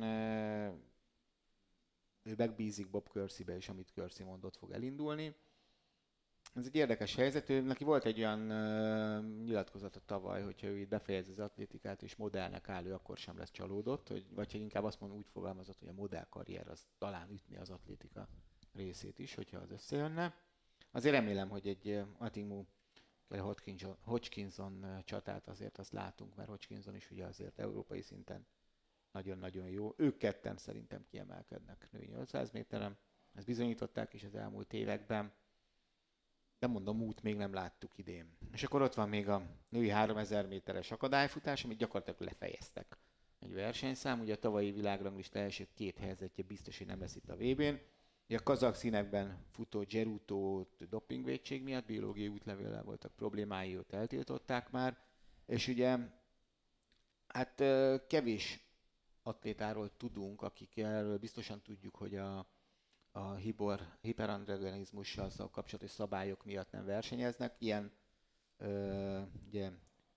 ő megbízik Bob Kerseybe, és amit Kersey mondott, fog elindulni. Ez egy érdekes helyzet, neki volt egy olyan nyilatkozata tavaly, hogyha ő itt befejezi az atlétikát és modellnek áll, ő akkor sem lesz csalódott, vagy hogy inkább azt mondom, úgy fogalmazott, hogy a modellkarrier az talán ütni az atlétika részét is, hogyha az összejönne. Azért remélem, hogy egy Atinmu Hodgkinson csatát azért azt látunk, mert Hodgkinson is ugye azért európai szinten nagyon-nagyon jó. Ők ketten szerintem kiemelkednek női 800 méteren, ezt bizonyították is az elmúlt években. de mondom, út még nem láttuk idén. És akkor ott van még a női 3000 méteres akadályfutás, amit gyakorlatilag lefejeztek. Egy versenyszám, ugye a tavalyi világranglista első 2 helyzetje biztos, hogy nem lesz itt a VB-n. Ugye a kazak színekben futó Geruto dopingvétség miatt biológiai útlevéllel voltak problémái, ott eltiltották már. És ugye hát kevés atlétáról tudunk, akikről biztosan tudjuk, hogy a hiperandrogenizmussal kapcsolatos szabályok miatt nem versenyeznek. Ilyen ugye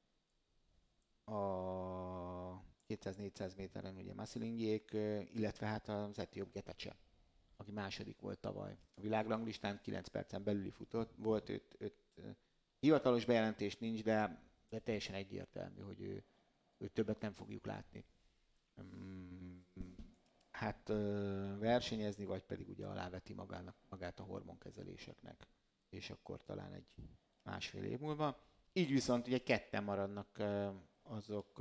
a 200-400 méteren ugye Masilingiék, illetve hát az etióp Getachew, aki második volt tavaly. A világranglistán 9 percen belüli futott volt, őt hivatalos bejelentés nincs, de teljesen egyértelmű, hogy ő többet nem fogjuk látni. Hát versenyezni, vagy pedig ugye aláveti magát a hormonkezeléseknek, és akkor talán egy másfél év múlva. Így viszont ugye ketten maradnak azok,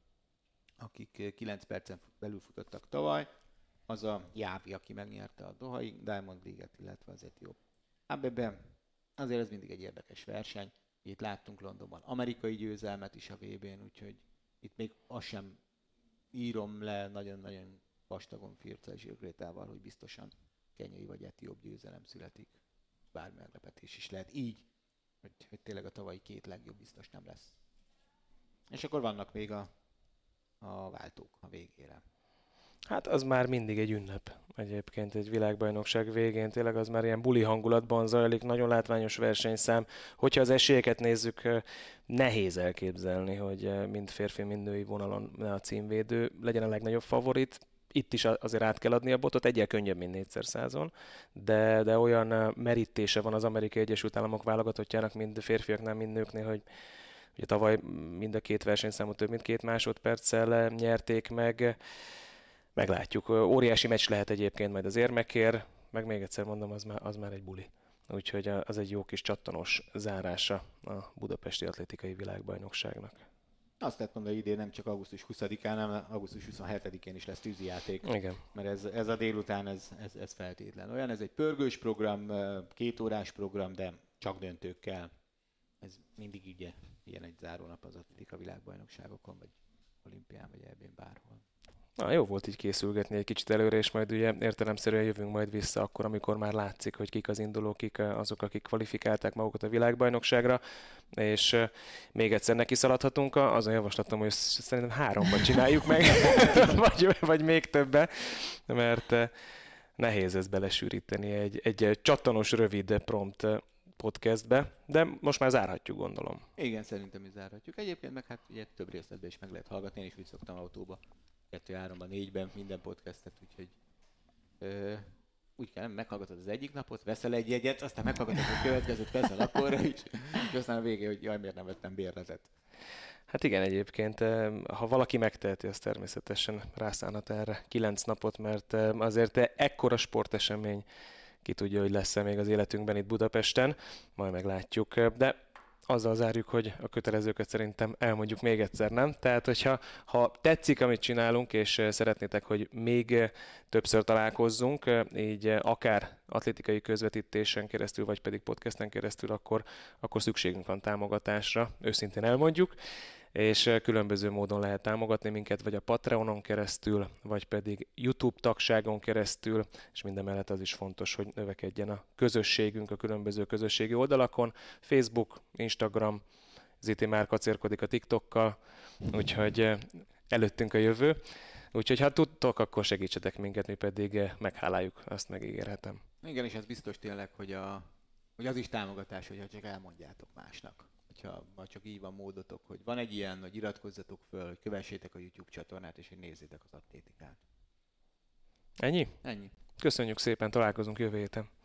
akik 9 percen belül futottak tavaly, az a Jávi, aki megnyerte a Dohai Diamond League-et, illetve az etióp ABB. Azért ez mindig egy érdekes verseny. Itt láttunk Londonban amerikai győzelmet is a VB-n, úgyhogy itt még azt sem írom le nagyon-nagyon vastagon Firca és Grétával, hogy biztosan kenyai vagy etióp győzelem születik. Bármi meglepetés is lehet. Így, hogy tényleg a tavalyi 2 legjobb biztos nem lesz. És akkor vannak még a váltók a végére. Hát az már mindig egy ünnep egyébként egy világbajnokság végén. Tényleg az már ilyen buli hangulatban zajlik, nagyon látványos versenyszám. Hogyha az esélyeket nézzük, nehéz elképzelni, hogy mind férfi, mind női vonalon a címvédő legyen a legnagyobb favorit. Itt is azért át kell adni a botot, egyel könnyebb, mint 4x100-on, de olyan merítése van az Amerikai Egyesült Államok válogatottjának, mind férfiaknál, mind nőknél, hogy ugye tavaly mind a 2 versenyszámot több mint 2 másodperccel nyerték meg. Meglátjuk. Óriási meccs lehet egyébként majd az érmekért, meg még egyszer mondom, az már egy buli. Úgyhogy az egy jó kis csattanós zárása a Budapesti Atlétikai Világbajnokságnak. Azt lehet mondani, hogy idén nem csak augusztus 20-án, hanem augusztus 27-én is lesz tűzijáték. Igen. Mert ez a délután, ez feltétlen olyan. Ez egy pörgős program, 2 órás program, de csak döntőkkel. Ez mindig így ilyen egy zárónap az atlétika világbajnokságokon, vagy olimpián, vagy EB-n bárhol. Na, jó volt így készülgetni egy kicsit előre, és majd ugye értelemszerűen jövünk majd vissza akkor, amikor már látszik, hogy kik az indulók, kik azok, akik kvalifikálták magukat a világbajnokságra, és még egyszer neki szaladhatunk. Az a javaslatom, hogy szerintem 3-ban csináljuk meg, vagy még többen, mert nehéz ezt belesűríteni egy csattanós, rövid, prompt podcastbe, de most már zárhatjuk, gondolom. Igen, szerintem is zárhatjuk. Egyébként meg hát ugye több részletben is meg lehet hallgatni, én is úgy szoktam autóba. 2-3-ban, 4-ben minden podcastet, úgyhogy úgy kell, meghallgatod az egyik napot, veszel egy jegyet, aztán meghallgatod a következőt, veszel akkorra is, és aztán a végén, hogy jaj, miért nem vettem bérletet. Hát igen, egyébként, ha valaki megteheti, az természetesen rászánhat erre 9 napot, mert azért ekkora sportesemény, ki tudja, hogy lesz-e még az életünkben itt Budapesten, majd meglátjuk, de azzal zárjuk, hogy a kötelezőket szerintem elmondjuk még egyszer, nem? Tehát, ha tetszik, amit csinálunk, és szeretnétek, hogy még többször találkozzunk, így akár atlétikai közvetítésen keresztül, vagy pedig podcasten keresztül, akkor szükségünk van támogatásra, őszintén elmondjuk, és különböző módon lehet támogatni minket, vagy a Patreonon keresztül, vagy pedig YouTube tagságon keresztül, és mindemellett az is fontos, hogy növekedjen a közösségünk a különböző közösségi oldalakon, Facebook, Instagram, ZT már kacérkodik a TikTokkal, úgyhogy előttünk a jövő. Úgyhogy ha tudtok, akkor segítsetek minket, mi pedig megháláljuk, azt megígérhetem. Igen, és ez biztos tényleg, hogy az is támogatás, hogyha csak elmondjátok másnak. Ha csak így van módotok, hogy van egy ilyen, hogy iratkozzatok föl, hogy kövessétek a YouTube csatornát, és hogy nézzétek az atlétikát. Ennyi? Ennyi. Köszönjük szépen, találkozunk jövő héten.